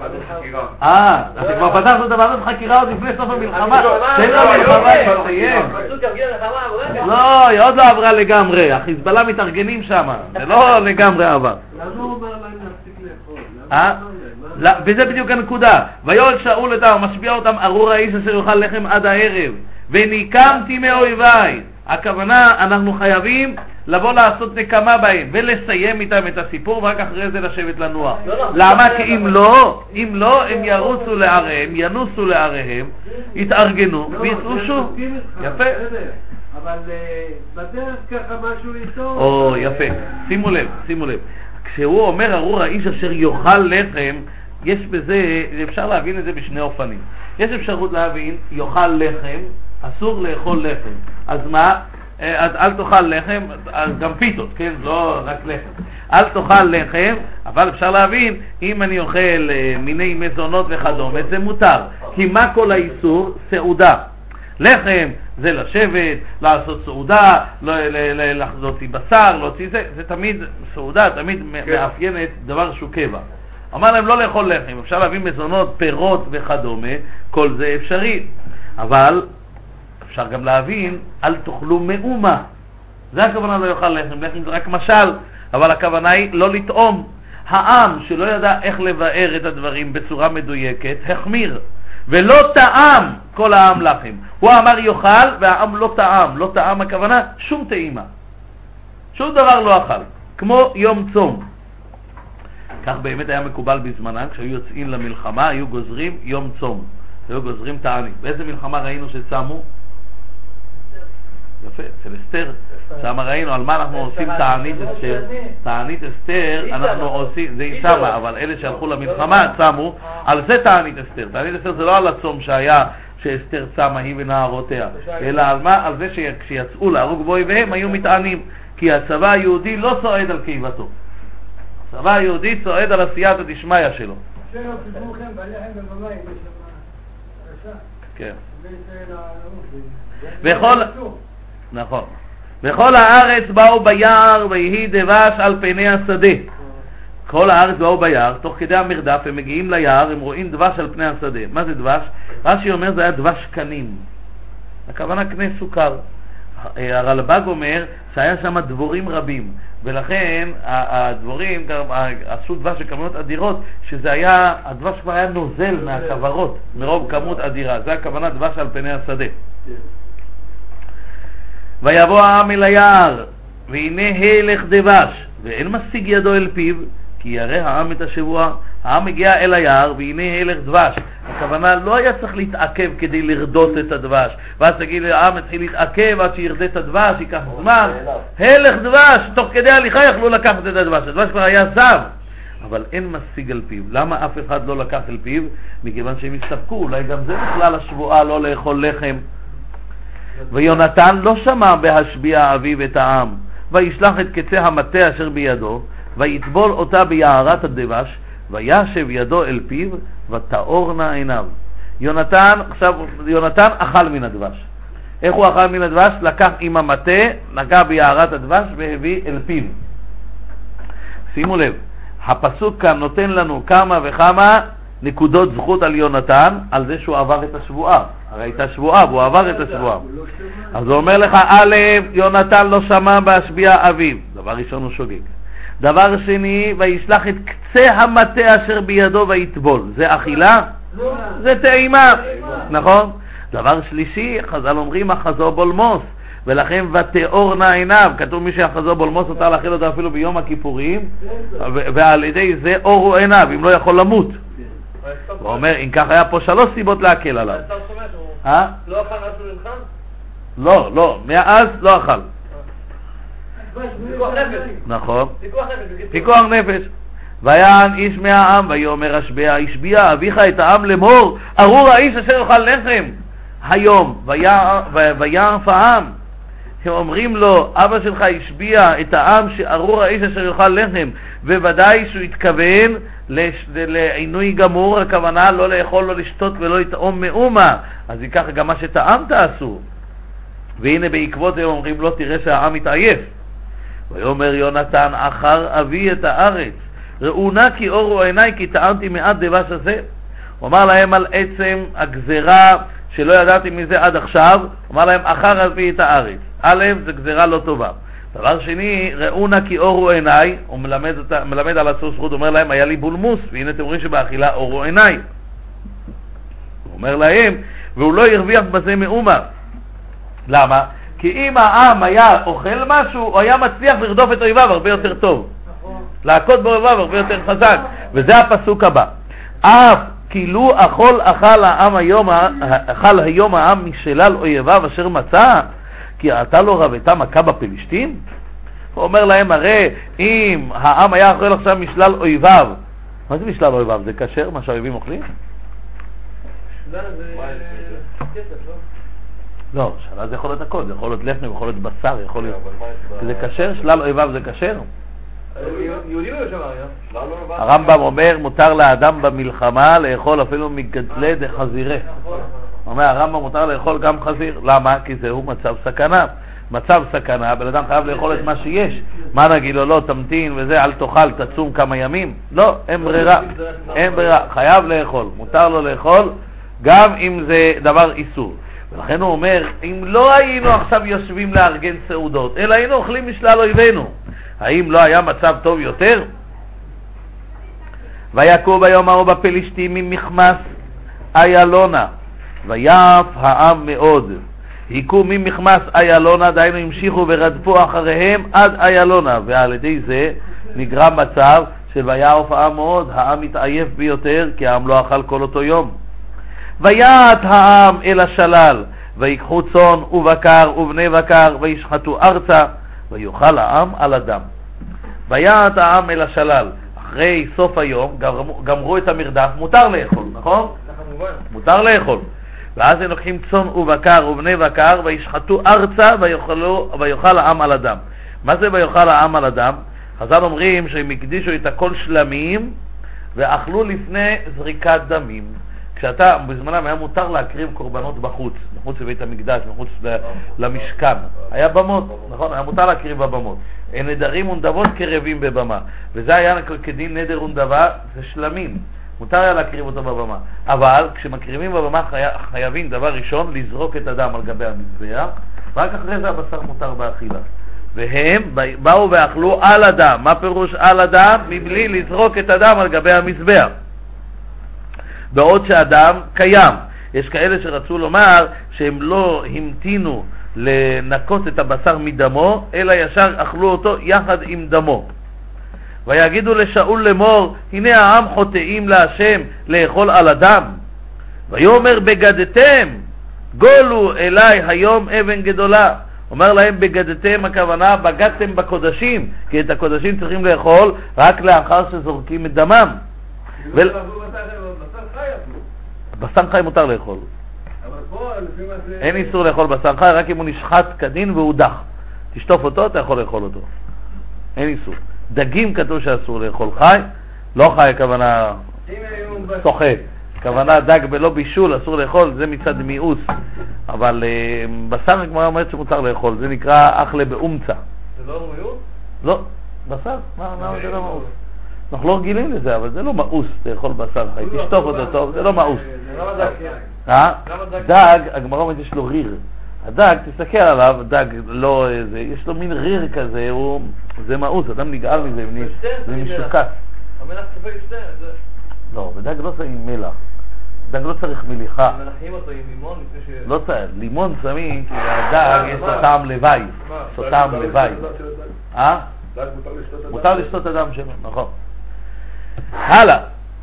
[SPEAKER 1] כבר פתחנו את הוועדת חקירה עוד לפני סוף המלחמה. תן לה מלחמה כבר תהיה. לא, היא עוד לא עברה לגמרי. החיזבאללה מתארגנים שם. זה לא לגמרי עבר.
[SPEAKER 2] למה הוא אומר להם להפסיק לאכול?
[SPEAKER 1] וזה בדיוק הנקודה. ויואל שאול את העם, משביע אותם, ארור האיש אשר יאכל לחם עד הערב, וניקמתי מאויביי. הכוונה, אנחנו חייבים לבוא לעשות נקמה בהם ולסיים איתם את הסיפור, ורק אחרי זה לשבת לנוח. למה? כי אם לא, הם ירוצו לעריהם, ינוסו לעריהם, יתארגנו ויצאו שוב. יפה.
[SPEAKER 2] אבל בדרך ככה משהו איתו.
[SPEAKER 1] או, יפה. שימו לב. כשהוא אומר ארור האיש אשר יאכל לחם, יש בזה, אפשר להבין את זה בשני אופנים. יש אפשרות להבין, יאכל לחם, אסור לאכול לחם. אז מה? אל תאכל לחם, גם פיתות, כן? לא רק לחם. אל תאכל לחם, אבל אפשר להבין, אם אני אוכל מיני מזונות וכדומה, זה מותר. כי מה כל האיסור? סעודה. לחם זה לשבת, לעשות סעודה, להוציא בשר, להוציא זה תמיד סעודה, תמיד מאפיינת דבר שהוא קבע. אמר להם לא לאכול לחם, אפשר להביא מזונות, פירות וכדומה, כל זה אפשרי. אבל אפשר גם להבין, אל תאכלו מאומה. זה הכוונה לא יאכל לחם, לחם זה רק משל, אבל הכוונה היא לא לטעום. העם שלא ידע איך לבאר את הדברים בצורה מדויקת, החמיר. ולא טעם כל העם לחם. הוא אמר יאכל והעם לא טעם. לא טעם הכוונה שום טעימה. שום דבר לא אכל. כמו יום צום. כך באמת היה מקובל בזמנם, כשהיו יוצאים למלחמה, היו גוזרים יום צום. היו גוזרים תענית. באיזה מלחמה ראינו שצמו? יפה, אצל אסתר, שם ראינו על מה אנחנו עושים תענית אסתר. תענית אסתר אנחנו עושים, זה שמה, אבל אלה שהלכו למלחמה צמו, על זה תענית אסתר. תענית אסתר זה לא על הצום שהיה שאסתר צמה היא ונערותיה, אלא על מה? על זה שכשיצאו להרוג באויביהם היו מתענים, כי הצבא היהודי לא צועד על קיבתו. הצבא היהודי צועד על עשיית הדשמיא שלו. כן. נכון. וכל הארץ באו ביער ויהי דבש על פני השדה. כל הארץ באו ביער, תוך כדי המרדף הם מגיעים ליער, הם רואים דבש על פני השדה. מה זה דבש? רש"י אומר זה היה דבש קנים. הכוונה קנה סוכר. הרלב"ג אומר שהיה שם דבורים רבים, ולכן הדבורים עשו דבש בכמויות אדירות, שזה היה, הדבש כבר היה נוזל מהכוורות מרוב כמות אדירה. זה הכוונה דבש על פני השדה. ויבוא העם אל היער, והנה הלך דבש, ואין משיג ידו אל פיו, כי ירא העם את השבוע. העם הגיע אל היער, והנה הלך דבש. הכוונה לא היה צריך להתעכב כדי לרדות את הדבש, ואז תגיד העם התחיל להתעכב עד שירדה את הדבש, ייקח זמן. הלך דבש, תוך כדי הליכה יכלו לקחת את הדבש, הדבש כבר היה זב, אבל אין משיג על פיו. למה אף אחד לא לקח אל פיו? מכיוון שהם הסתפקו, אולי גם זה בכלל השבועה לא לאכול לחם. ויונתן לא שמע בהשביע אביו את העם, וישלח את קצה המטה אשר בידו, ויטבול אותה ביערת הדבש, וישב ידו אל פיו, ותאורנה עיניו. יונתן אכל מן הדבש. איך הוא אכל מן הדבש? לקח עם המטה, נגע ביערת הדבש והביא אל פיו. שימו לב, הפסוק כאן נותן לנו כמה וכמה נקודות זכות על יונתן, על זה שהוא עבר את השבועה. הרי הייתה שבועה והוא עבר את השבועה. אז הוא אומר לך, א', יונתן לא שמע בהשביע אביו. דבר ראשון הוא שוגג. דבר שני, וישלח את קצה המטה אשר בידו ויטבול. זה אכילה? זה טעימה, נכון? דבר שלישי, חז"ל אומרים אחזו בולמוס, ולכן ותאורנה עיניו. כתוב מי שאחזו בולמוס אותה להאכיל אותו אפילו ביום הכיפורים, ועל ידי זה אורו עיניו, אם לא יכול למות. הוא אומר, אם כך היה פה 3 סיבות להקל עליו.
[SPEAKER 5] לא אכל אז הוא נלחם?
[SPEAKER 1] לא, מאז לא אכל.
[SPEAKER 5] פיקוח נפש.
[SPEAKER 1] נכון, פיקוח נפש. ויען איש מהעם ויאמר השביע אביך את העם לאמור, ארור האיש אשר יאכל לחם היום. ויערף העם, הם אומרים לו, אבא שלך השביע את העם שארור האיש אשר יאכל לחם, וודאי שהוא התכוון לעינוי גמור, הכוונה לא לאכול, לא לשתות ולא לטעום מאומה. אז ייקח גם מה שטעם תעשו. והנה בעקבות זה אומרים לו, תראה שהעם מתעייף. ויאמר יונתן אחר אבי את הארץ, ראו נא כי אורו עיניי כי טעמתי מעט דבש הזה. הוא אמר להם על עצם הגזרה שלא ידעתי מזה עד עכשיו, הוא אמר להם אחר אבי את הארץ. א', זה גזרה לא טובה. דבר שני, ראו נא כי אורו עיניי, הוא מלמד על עצור זכות, הוא אומר להם היה לי בולמוס, והנה אתם רואים שבאכילה אורו עיניי. הוא אומר להם, והוא לא הרוויח בזה מאומה. למה? כי אם העם היה אוכל משהו, הוא היה מצליח לרדוף את אויביו הרבה יותר טוב. להכות באויביו הרבה יותר חזק. וזה הפסוק הבא. אף כאילו אכל היום העם משלל אויביו אשר מצא, כי אתה לא רבתה מכה בפלישתים? הוא אומר להם, הרי אם העם היה אוכל עכשיו משלל אויביו, מה זה משלל אויביו? זה כשר מה שהאויבים אוכלים?
[SPEAKER 5] שלל זה כסף, לא?
[SPEAKER 1] לא, שלל זה יכול להיות הכל, זה יכול להיות לחם, יכול להיות בשר, יכול להיות... זה כשר? שלל אויביו זה כשר?
[SPEAKER 5] יהודים לא שמע,
[SPEAKER 1] הרמב"ם אומר, מותר לאדם במלחמה לאכול אפילו מגדלי דחזירה. הוא אומר, הרמב"ם מותר לאכול גם חזיר. למה? כי זהו מצב סכנה. מצב סכנה, בן אדם חייב לאכול את מה שיש. מה נגיד לו? לא, תמתין וזה, אל תאכל, תצום כמה ימים. לא, אין ברירה. אין ברירה, חייב לאכול. מותר לו לאכול, גם אם זה דבר איסור. ולכן הוא אומר, אם לא היינו עכשיו יושבים לארגן סעודות, אלא היינו אוכלים משלל אויבינו, האם לא היה מצב טוב יותר? ויקום ביום ההוא בפלישתים ממחמס איילונה, ויעף העם מאוד. היכו ממחמס איילונה, דהיינו המשיכו ורדפו אחריהם עד איילונה, ועל ידי זה נגרם מצב של ויעף העם מאוד, העם מתעייף ביותר, כי העם לא אכל כל אותו יום. ויעט העם אל השלל, ויקחו צאן ובקר ובני בקר וישחטו ארצה ויאכל העם על הדם. ויעט העם אל השלל. אחרי סוף היום גמרו את המרדף, מותר לאכול, נכון? מותר לאכול. ואז הם לוקחים צאן ובקר ובני בקר וישחטו ארצה ויאכל העם על הדם. מה זה ויאכל העם על הדם? חז"ל אומרים שהם הקדישו את הכל שלמים ואכלו לפני זריקת דמים. כשאתה, בזמנם היה מותר להקריב קורבנות בחוץ, מחוץ לבית המקדש, מחוץ למשכן. היה במות, נכון? היה מותר להקריב בבמות. נדרים ונדבות קרבים בבמה. וזה היה כדין נדר ונדבה, זה שלמים. מותר היה להקריב אותו בבמה. אבל כשמקריבים בבמה חייבים דבר ראשון לזרוק את הדם על גבי המזבח, רק אחרי זה הבשר מותר באכילה. והם באו ואכלו על הדם. מה פירוש על הדם? מבלי לזרוק את הדם על גבי המזבח. בעוד שהדם קיים. יש כאלה שרצו לומר שהם לא המתינו לנקות את הבשר מדמו, אלא ישר אכלו אותו יחד עם דמו. ויגידו לשאול לאמור, הנה העם חוטאים להשם לאכול על הדם. ויאמר בגדתם, גולו אליי היום אבן גדולה. אומר להם בגדתם, הכוונה בגדתם בקודשים, כי את הקודשים צריכים לאכול רק לאחר שזורקים את דמם. בשר חי מותר לאכול. אין איסור לאכול בשר חי, רק אם הוא נשחט כדין והוא דח. תשטוף אותו, אתה יכול לאכול אותו. אין איסור. דגים כתוב שאסור לאכול חי, לא חי הכוונה שוחה. הכוונה דג בלא בישול, אסור לאכול, זה מצד מיאוס. אבל בשר הגמרא אומרת שמותר לאכול, זה נקרא אכלה באומצה.
[SPEAKER 5] זה לא מיאוס?
[SPEAKER 1] לא, בשר, זה לא מאוס. אנחנו לא רגילים לזה, אבל זה לא מאוס לאכול בשר חי. תשטוף אותו טוב, זה לא מאוס. דג, הגמרא אומרת יש לו ריר. הדג, תסתכל עליו, דג לא איזה, יש לו מין ריר כזה, זה מאוס, אדם נגעל מזה, זה משוקץ.
[SPEAKER 5] המלח צפה לשתן, זה...
[SPEAKER 1] לא, בדג לא שמים מלח. דג לא צריך מליחה.
[SPEAKER 5] מלחים אותו עם לימון לפני ש...
[SPEAKER 1] לא צריך, לימון שמים, כי הדג יש לו טעם לוואי. יש לו טעם לוואי. מותר לשתות הדם שלו, נכון. הלאה.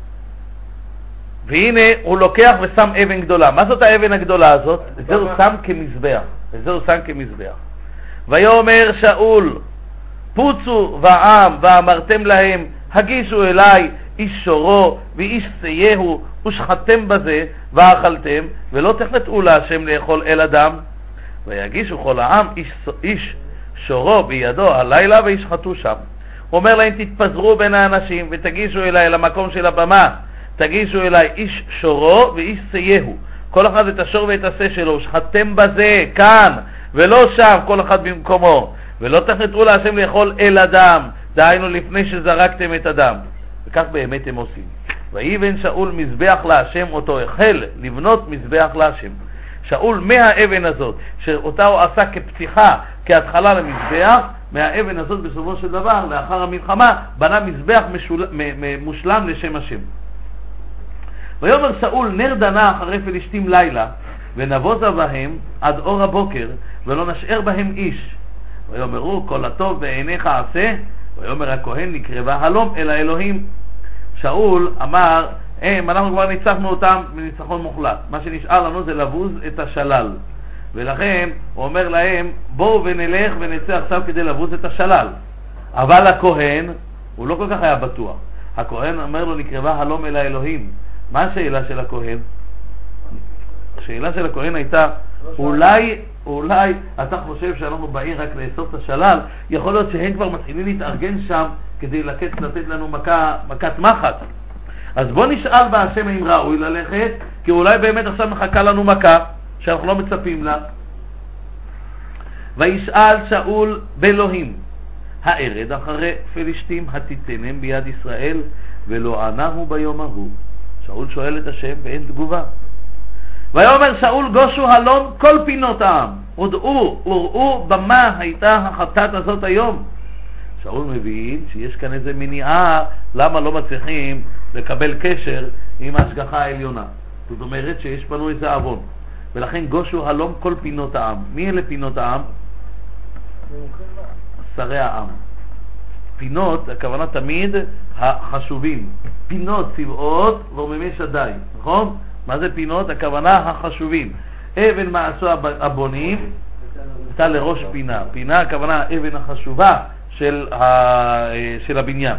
[SPEAKER 1] והנה הוא לוקח ושם אבן גדולה. מה זאת האבן הגדולה הזאת? את זה הוא שם כמזבח. ויאמר שאול, פוצו ועם ואמרתם להם, הגישו אליי איש שורו ואיש סייהו ושחטתם בזה ואכלתם, ולא תחלטו להשם לאכול אל אדם. ויגישו כל העם איש שורו בידו הלילה וישחטו שם. הוא אומר להם, תתפזרו בין האנשים ותגישו אליי למקום של הבמה. תגישו אליי איש שורו ואיש סייהו, כל אחד את השור ואת השה שלו, שחטתם בזה כאן ולא שם, כל אחד במקומו, ולא תחלטו להשם לאכול אל אדם, דהיינו לפני שזרקתם את הדם. וכך באמת הם עושים. ויבן שאול מזבח להשם, אותו החל לבנות מזבח להשם. שאול מהאבן הזאת שאותה הוא עשה כפתיחה, כהתחלה למזבח, מהאבן הזאת בסופו של דבר לאחר המלחמה בנה מזבח מושלם לשם השם. ויאמר שאול, נר דנה אחרי פלישתים לילה, ונבוזה בהם עד אור הבוקר, ולא נשאר בהם איש. ויאמרו, כל הטוב בעיניך עשה. ויאמר הכהן, נקרבה הלום אל האלוהים. שאול אמר, אנחנו כבר ניצחנו אותם בניצחון מוחלט. מה שנשאר לנו זה לבוז את השלל. ולכן הוא אומר להם, בואו ונלך ונצא עכשיו כדי לבוז את השלל. אבל הכהן, הוא לא כל כך היה בטוח. הכהן אומר לו, נקרבה הלום אל האלוהים. מה השאלה של הכהן? השאלה של הכהן הייתה, אולי אתה חושב שאנחנו באים רק לאסוף את השלל, יכול להיות שהם כבר מתחילים להתארגן שם כדי לתת לנו מכת מחת. אז בוא נשאל בהשם אם ראוי ללכת, כי אולי באמת עכשיו מחכה לנו מכה שאנחנו לא מצפים לה. וישאל שאול באלוהים, הערד אחרי פלישתים התיתנם ביד ישראל, ולא ענהו ביום ההוא. שאול שואל את השם ואין תגובה. ויאמר שאול, גושו הלום כל פינות העם, וראו במה הייתה החטאת הזאת היום. שאול מבין שיש כאן איזה מניעה למה לא מצליחים לקבל קשר עם ההשגחה העליונה. זאת אומרת שיש בנו איזה אבון, ולכן גושו הלום כל פינות העם. מי אלה פינות העם? שרי העם. פינות, הכוונה תמיד החשובים. פינות, צבאות ורוממי שדי, נכון? מה זה פינות? הכוונה החשובים. אבן מעשו הבונים הייתה לראש פינה. פינה הכוונה אבן החשובה של הבניין.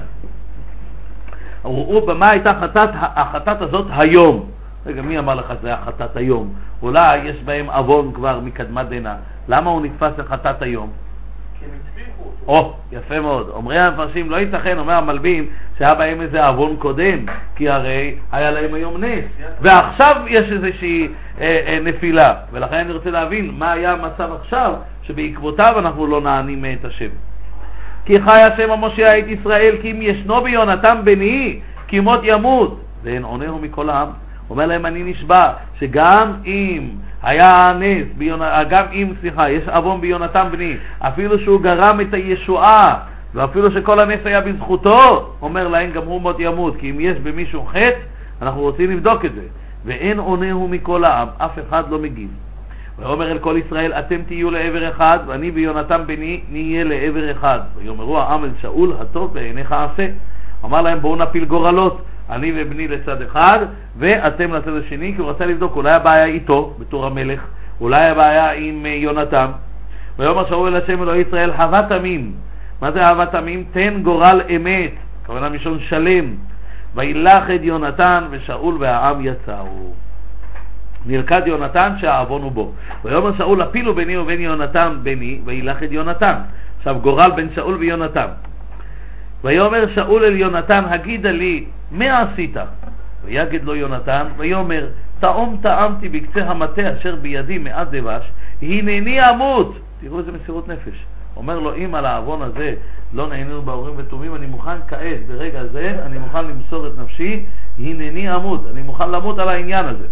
[SPEAKER 1] ראו במה הייתה החטאת הזאת היום. רגע, מי אמר לך זה החטאת היום? אולי יש בהם אבון כבר מקדמת דנא. למה הוא נתפס לחטאת היום?
[SPEAKER 4] כי הם הצליחו אותו.
[SPEAKER 1] יפה מאוד. אומרי המפרשים, לא ייתכן, אומר המלבים, שהיה בהם איזה אבון קודם, כי הרי היה להם היום נס, ועכשיו יש איזושהי נפילה. ולכן אני רוצה להבין מה היה המצב עכשיו, שבעקבותיו אנחנו לא נענים את השם. כי חי השם המושיע את ישראל, כי אם ישנו ביונתן בני, כי מות ימות, ואין עונהו מכל העם. אומר להם, אני נשבע שגם אם היה נס, יש אבון ביונתן בני, אפילו שהוא גרם את הישועה, ואפילו שכל הנס היה בזכותו, אומר להם, גם הוא מות ימות, כי אם יש במישהו חטא, אנחנו רוצים לבדוק את זה. ואין עונהו מכל העם, אף אחד לא מגיב. ואומר אל כל ישראל, אתם תהיו לעבר אחד, ואני ויונתן בני נהיה לעבר אחד. ויאמרו העם אל שאול, הטוב בעיניך עשה. אמר להם, בואו נפיל גורלות, אני ובני לצד אחד, ואתם לצד השני, כי הוא רצה לבדוק, אולי הבעיה איתו, בתור המלך, אולי הבעיה עם יונתן. ויאמר שאול אל השם אלוהי ישראל, אהבת עמים. מה זה אהבת עמים? תן גורל אמת, כוונה משון שלם. וילך את יונתן, ושאול והעם יצאו. נלכד יונתן שהאבון הוא בו. ויאמר שאול, הפילו ביני ובין יונתן בני, וילך את יונתן. עכשיו גורל בין שאול ויונתן. ויאמר שאול אל יונתן, הגידה לי, מה עשית? ויגד לו יונתן, ויאמר, טעמתי בקצה המטה אשר בידי מעט דבש, הנני אמות. תראו איזה מסירות נפש. אומר לו, אם על האבון הזה לא נהנינו באורים ותומים, אני מוכן כעת, ברגע זה, אני מוכן למסור את נפשי, הנני אמות. אני מוכן למות על העניין הזה.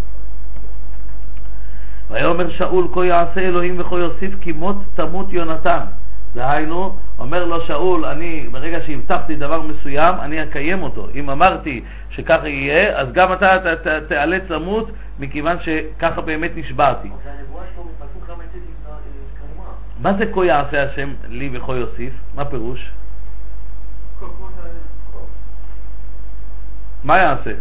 [SPEAKER 1] ויאמר שאול, כה יעשה אלוהים וכה יוסיף, כי מות תמות יונתן. דהיינו, אומר לו שאול, אני ברגע שהבטחתי דבר מסוים, אני אקיים אותו. אם אמרתי שככה יהיה, אז גם אתה תיאלץ למות, מכיוון שככה באמת נשבעתי. מה זה כה יעשה השם לי וכה יוסיף? מה פירוש? מה יעשה?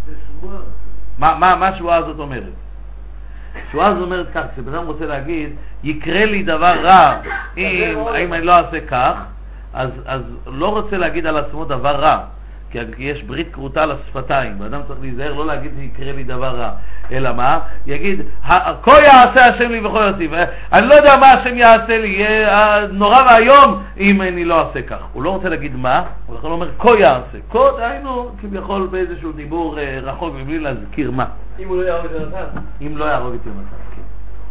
[SPEAKER 1] מה השבועה הזאת אומרת? השבועה הזאת אומרת כך, כשבן רוצה להגיד, יקרה לי דבר רע אם אני לא אעשה כך, אז לא רוצה להגיד על עצמו דבר רע, כי יש ברית קרוטה לשפתיים, ואדם צריך להיזהר לא להגיד יקרה לי דבר רע, אלא מה? יגיד, כה יעשה השם לי וכה יוסיף. אני לא יודע מה השם יעשה לי, יהיה נורא והיום אם אני לא אעשה כך. הוא לא רוצה להגיד מה, הוא יכול לומר כה יעשה. כה דהיינו כביכול באיזשהו דיבור רחוק מבלי להזכיר מה.
[SPEAKER 2] אם הוא לא יהרוג את יונתן.
[SPEAKER 1] אם לא יהרוג את יונתן, כן.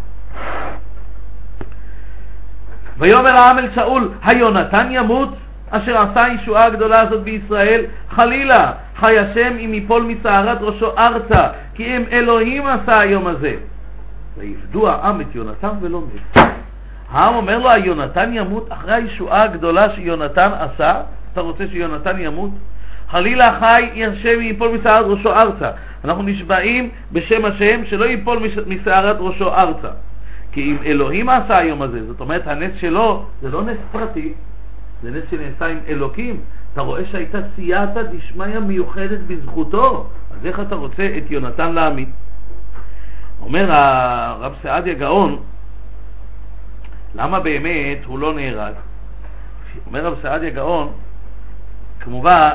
[SPEAKER 1] ויאמר העם אל שאול, היונתן ימות אשר עשה הישועה הגדולה הזאת בישראל? חלילה, חי השם אם יפול משערת ראשו ארצה, כי אם אלוהים עשה היום הזה. ויפדו העם את יונתן ולא מת. העם אומר לו, היונתן ימות אחרי הישועה הגדולה שיונתן עשה? אתה רוצה שיונתן ימות? חלילה חי השם אם יפול משערת ראשו ארצה. אנחנו נשבעים בשם השם שלא יפול משערת ראשו ארצה. כי אם אלוהים עשה היום הזה, זאת אומרת הנס שלו זה לא נס פרטי, זה נס שנעשה עם אלוקים. אתה רואה שהייתה סייעתא דשמיא מיוחדת בזכותו, אז איך אתה רוצה את יונתן להעמיד? אומר הרב סעדיה גאון, למה באמת הוא לא נהרג? אומר הרב סעדיה גאון, כמובן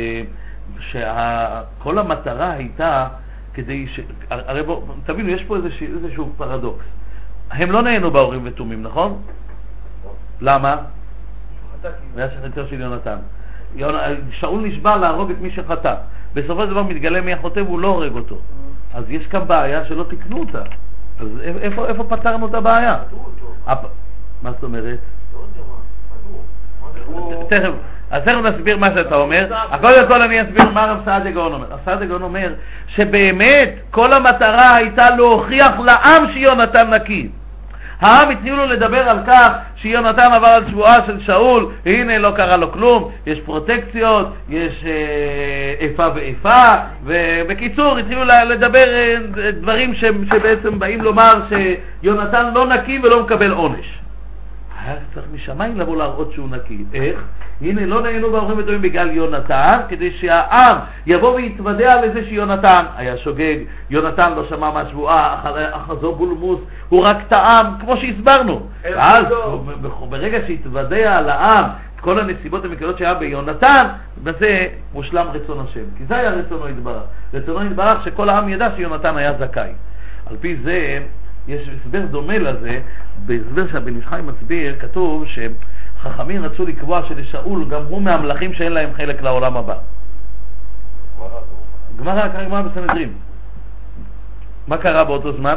[SPEAKER 1] שכל המטרה הייתה כדי הרי בוא, תבינו, יש פה איזשהו פרדוקס. הם לא נהנו באורים ותומים, נכון? למה? היה שחטא של יונתן. שאול נשבע להרוג את מי שחטא. בסופו של דבר מתגלה מי החוטא והוא לא הורג אותו. אז יש כאן בעיה שלא תקנו אותה. אז איפה פתרנו את הבעיה? מה זאת אומרת? תכף, אז תכף נסביר מה שאתה אומר. קודם כל אני אסביר מה הרב סעדיה גאון אומר. הרב סעדיה גאון אומר שבאמת כל המטרה הייתה להוכיח לעם שיונתן נקי. העם התחילו לו לדבר על כך שיונתן עבר על שבועה של שאול, הנה לא קרה לו כלום, יש פרוטקציות, יש איפה ואיפה, ובקיצור התחילו לדבר דברים שבעצם באים לומר שיונתן לא נקי ולא מקבל עונש. היה צריך משמיים לבוא להראות שהוא נקי. איך? הנה, לא נהיינו באורחים וטובים בגלל יונתן, כדי שהעם יבוא ויתוודע לזה שיונתן היה שוגג, יונתן לא שמע מהשבועה, אחזו בולמוס, הוא רק טעם, כמו שהסברנו. ואז ברגע שהתוודע לעם כל הנסיבות המקלות שהיה ביונתן, בזה מושלם רצון השם. כי זה היה רצונו יתברך. רצונו יתברך שכל העם ידע שיונתן היה זכאי. על פי זה, יש הסבר דומה לזה, בהסבר שהבן איש חי מסביר, כתוב שחכמים רצו לקבוע שלשאול גם הוא מהמלכים שאין להם חלק לעולם הבא. גמרא בסנהדרין. מה קרה באותו זמן?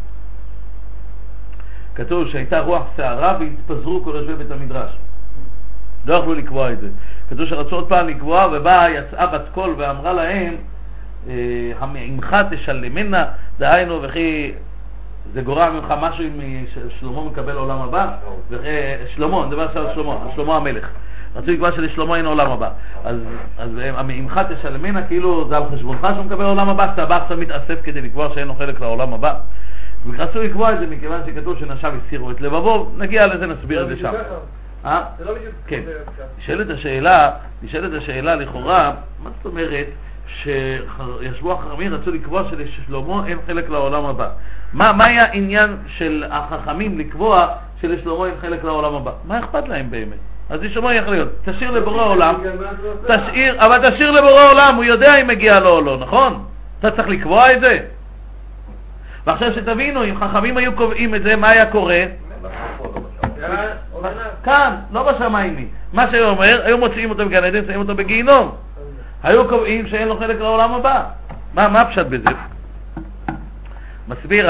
[SPEAKER 1] כתוב שהייתה רוח שערה והתפזרו כל יושבי בית המדרש. לא יכלו לקבוע את זה. כתוב שרצו עוד פעם לקבוע, ובאה יצאה בת קול ואמרה להם, המעמך תשלמנה, דהיינו וכי זה גורע ממך משהו אם שלמה מקבל עולם הבא, שלמה, נדבר עכשיו על שלמה המלך. רצו לקבוע שלשלמה אין עולם הבא. אז המעמך תשלמנה, כאילו זה על חשבונך שהוא מקבל עולם הבא, שאתה בא עכשיו מתאסף כדי לקבוע שאין לו חלק לעולם הבא. ורצו לקבוע את זה מכיוון שכתוב שנשב הסירו את לבבו, נגיע לזה, נסביר את זה שם.
[SPEAKER 3] זה לא בדיוק.
[SPEAKER 1] כן. נשאלת השאלה לכאורה, מה זאת אומרת שישבו החכמים רצו לקבוע שלשלמה אין חלק לעולם הבא? מה היה העניין של החכמים לקבוע שלשלמה אין חלק לעולם הבא? מה אכפת להם באמת? אז לשלמה יכול להיות, תשאיר לבורא עולם, אבל תשאיר לבורא עולם, הוא יודע אם מגיע לו או לא, נכון? אתה צריך לקבוע את זה. ועכשיו שתבינו, אם חכמים היו קובעים את זה, מה היה קורה? כאן, לא בשמיים. מה שהוא אומר, היו מוציאים אותו בגן עדן, שמים אותו בגיהינום. היו קובעים שאין לו חלק לעולם הבא. מה פשט בזה? מסביר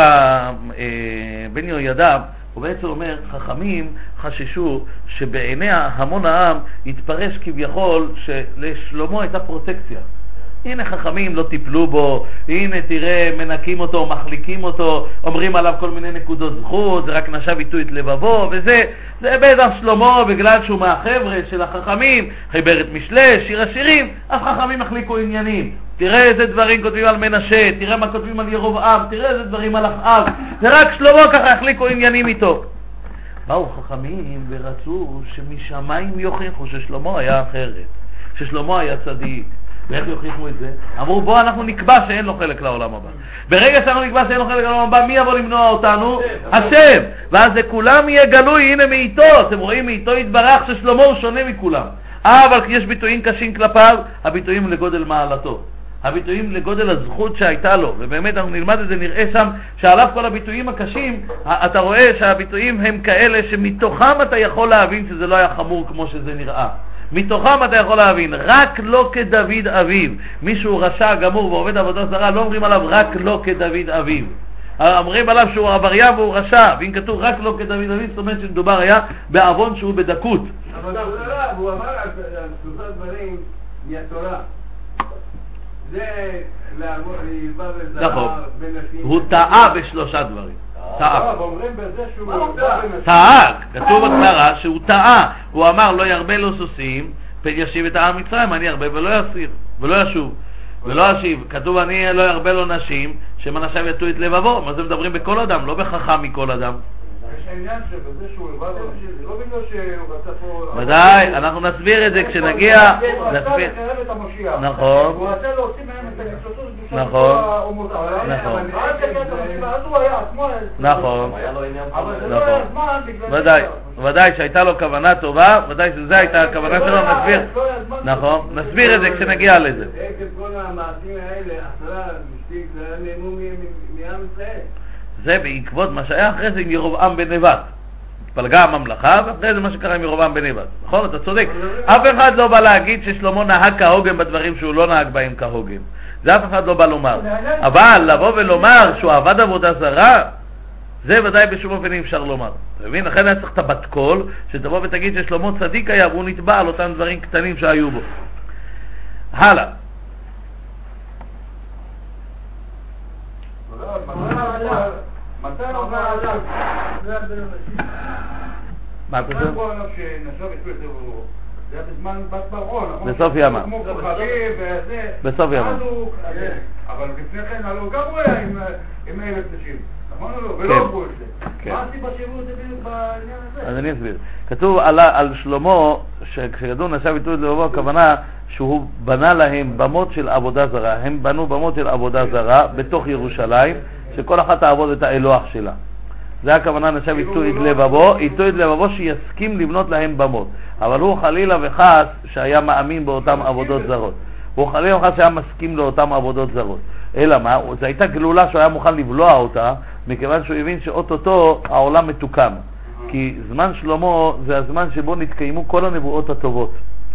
[SPEAKER 1] בן יהוידע, הוא בעצם אומר, חכמים חששו שבעיני המון העם יתפרש כביכול שלשלמה הייתה פרוטקציה. הנה חכמים לא טיפלו בו, הנה תראה מנקים אותו, מחליקים אותו, אומרים עליו כל מיני נקודות זכות, זה רק נשב איתו את לבבו, וזה בטח שלמה בגלל שהוא מהחבר'ה של החכמים, חיבר את משלי, שיר השירים, אז חכמים החליקו עניינים. תראה איזה דברים כותבים על מנשה, תראה מה כותבים על ירבעם, תראה איזה דברים על אחאב, זה רק שלמה ככה החליקו עניינים איתו. באו חכמים ורצו שמשמיים יוכיחו ששלמה היה אחרת, ששלמה היה צדיק. ואיך יוכיחו את זה? אמרו בוא אנחנו נקבע שאין לו חלק לעולם הבא. ברגע שאנחנו נקבע שאין לו חלק לעולם הבא, מי יבוא למנוע אותנו? השם. ואז זה כולם יהיה גלוי, הנה מאיתו. אתם רואים מאיתו יתברך ששלמה הוא שונה מכולם. אבל יש ביטויים קשים כלפיו, הביטויים לגודל מעלתו, הביטויים לגודל הזכות שהייתה לו, ובאמת אנחנו נלמד את זה, נראה שם שעליו כל הביטויים הקשים, אתה רואה שהביטויים הם כאלה שמתוכם אתה יכול להבין שזה לא היה חמור כמו שזה נראה. מתוכם אתה יכול להבין, רק לא כדוד אביו. מישהו רשע גמור ועובד עבודה זרה, לא אומרים עליו רק לא כדוד אביו, אומרים עליו שהוא עבריין והוא רשע. ואם כתוב רק לא כדוד אביו, זאת אומרת שמדובר היה בעוון שהוא בדקות.
[SPEAKER 5] אבל הוא אמר על שלושה דברים מהתורה, זה להלבב וזהר בנשים.
[SPEAKER 1] הוא טעה בשלושה דברים.
[SPEAKER 5] ואומרים בזה שהוא
[SPEAKER 1] טעה, כתוב בגמרא שהוא טעה. הוא אמר לא ירבה לו סוסים פן ישיב את העם מצרים, אני ארבה ולא יסיר ולא ישוב ולא אשיב. כתוב אני לא ירבה לו נשים שמנשיו יטו את לבבו. מה זה מדברים בכל אדם, לא בחכם מכל אדם.
[SPEAKER 5] יש העניין שבזה שהוא לבד אנשים, זה לא בגלל שהוא רצה פה...
[SPEAKER 1] ודאי, אנחנו נסביר את זה כשנגיע.
[SPEAKER 5] הוא רצה לקרב את המשיח.
[SPEAKER 1] נכון.
[SPEAKER 5] הוא רצה להוציא מהם את הנקלטות קדושה.
[SPEAKER 1] נכון.
[SPEAKER 5] נכון. אז הוא היה עצמו...
[SPEAKER 1] נכון.
[SPEAKER 5] אבל זה לא היה זמן בגלל...
[SPEAKER 1] ודאי שהייתה לו כוונה טובה, ודאי שזו הייתה הכוונה שלו, נסביר. נכון, נסביר את זה כשנגיע לזה.
[SPEAKER 5] כל המעשים האלה, 10 משתיק, זה היה נאמו מעם ישראל.
[SPEAKER 1] זה בעקבות מה שהיה אחרי זה עם ירבעם בן נבט. התפלגה הממלכה, ואחרי זה מה שקרה עם ירבעם בן נבט. נכון? אתה צודק. אף אחד לא בא להגיד ששלמה נהג כהוגם בדברים שהוא לא נהג בהם כהוגם. זה אף אחד לא בא לומר. אבל לבוא ולומר שהוא עבד עבודה זרה, זה ודאי בשום אופן אפשר לומר. אתה מבין? לכן היה צריך את הבת קול, שתבוא ותגיד ששלמה צדיק היה, והוא נתבע על אותם דברים קטנים שהיו בו. הלאה.
[SPEAKER 5] מתי אומר עליו?
[SPEAKER 1] מה אתה חושב?
[SPEAKER 5] מה עליו שנשב את זה היה בזמן בת פרעה, נכון?
[SPEAKER 1] בסוף ימה.
[SPEAKER 5] כמו כוכבים וזה.
[SPEAKER 1] בסוף ימה.
[SPEAKER 5] אבל לפני כן, הלוא גם הוא היה עם 1,000 נשים. נכון או לא? ולא עברו את זה.
[SPEAKER 2] מה הסיבה שהביאו את זה בדיוק בעניין הזה?
[SPEAKER 1] אז אני אסביר. כתוב על שלמה, שכשכתוב נשב איתו את לבבו, הכוונה שהוא בנה להם במות של עבודה זרה. הם בנו במות של עבודה זרה בתוך ירושלים, שכל אחת תעבוד את האלוהים שלה. זה הכוונה נשב איתו את לבבו שיסכים לבנות להם במות. אבל הוא חלילה וחס שהיה מאמין באותם עבודות זרות. הוא חלילה וחס שהיה מסכים לאותם עבודות זרות. אלא מה? זו הייתה גלולה שהוא היה מוכן לבלוע אותה, מכיוון שהוא הבין שאוטוטו העולם מתוקם. כי זמן שלמה זה הזמן שבו נתקיימו כל הנבואות הטובות.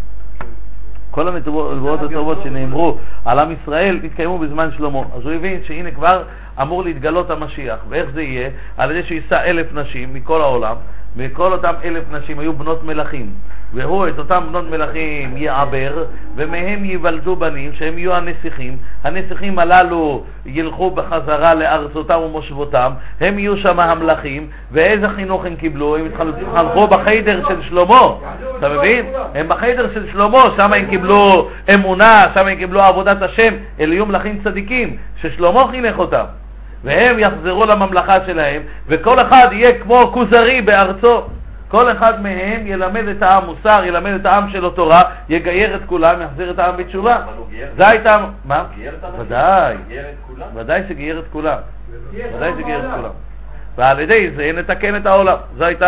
[SPEAKER 1] כל הנבואות הטובות שנאמרו על עם ישראל התקיימו בזמן שלמה. אז הוא הבין שהנה כבר אמור להתגלות המשיח. ואיך זה יהיה? על ידי שישא 1,000 נשים מכל העולם, וכל אותם 1,000 נשים היו בנות מלכים. והוא את אותם בנות מלכים יעבר, ומהם ייוולדו בנים שהם יהיו הנסיכים. הנסיכים הללו ילכו בחזרה לארצותם ומושבותם, הם יהיו שם המלכים. ואיזה חינוך הם קיבלו? הם התחנכו בחדר של שלמה. אתה מבין? הם בחדר של שלמה, שם הם קיבלו אמונה, שם הם קיבלו עבודת השם. אלה יהיו מלכים צדיקים ששלמה חינך אותם, והם יחזרו לממלכה שלהם, וכל אחד יהיה כמו כוזרי בארצו. כל אחד מהם ילמד את העם מוסר, ילמד את העם שלו תורה, יגייר את כולם, יחזיר את העם בתשובה. זה הייתה... מה? ודאי. ודאי שגייר את כולם. ודאי שגייר את כולם. ועל ידי זה נתקן את העולם.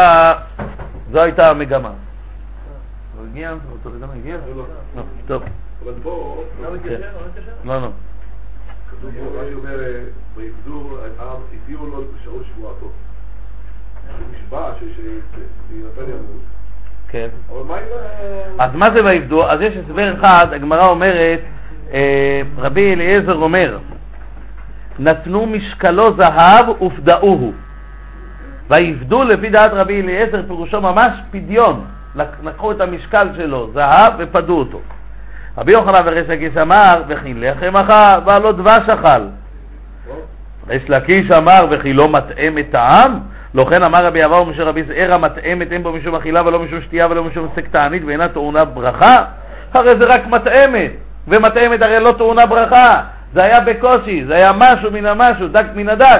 [SPEAKER 1] זו הייתה המגמה. הוא הגיע? אותו לגמרי הגיע? לא. טוב.
[SPEAKER 3] אבל פה...
[SPEAKER 1] לא.
[SPEAKER 3] כתוב פה, מה שאומר, ויפדו העם, הציעו לו בשעות שבועתו. משבע שיינתן ימות.
[SPEAKER 1] כן.
[SPEAKER 3] אבל מה אם...
[SPEAKER 1] אז מה זה ויפדו? אז יש הסבר אחד, הגמרא אומרת, רבי אליעזר אומר, נתנו משקלו זהב ופדאוהו. ויפדו לפי דעת רבי אליעזר פירושו ממש פדיון. לקחו את המשקל שלו, זהב, ופדו אותו. רבי יוחנן וריש לקיש אמר, וכי לחם אכל, ולא דבש אכל. ריש לקיש אמר, וכי לא מטעם את העם? לכן אמר רבי אבאו ומשה רבי זעירא, מטעמת אין בו משום אכילה ולא משום שתייה ולא משום היסק תענית ואינה טעונה ברכה. הרי זה רק מטעמת, ומטעמת הרי לא טעונה ברכה. זה היה בקושי, זה היה משהו מן המשהו, דק מן הדק.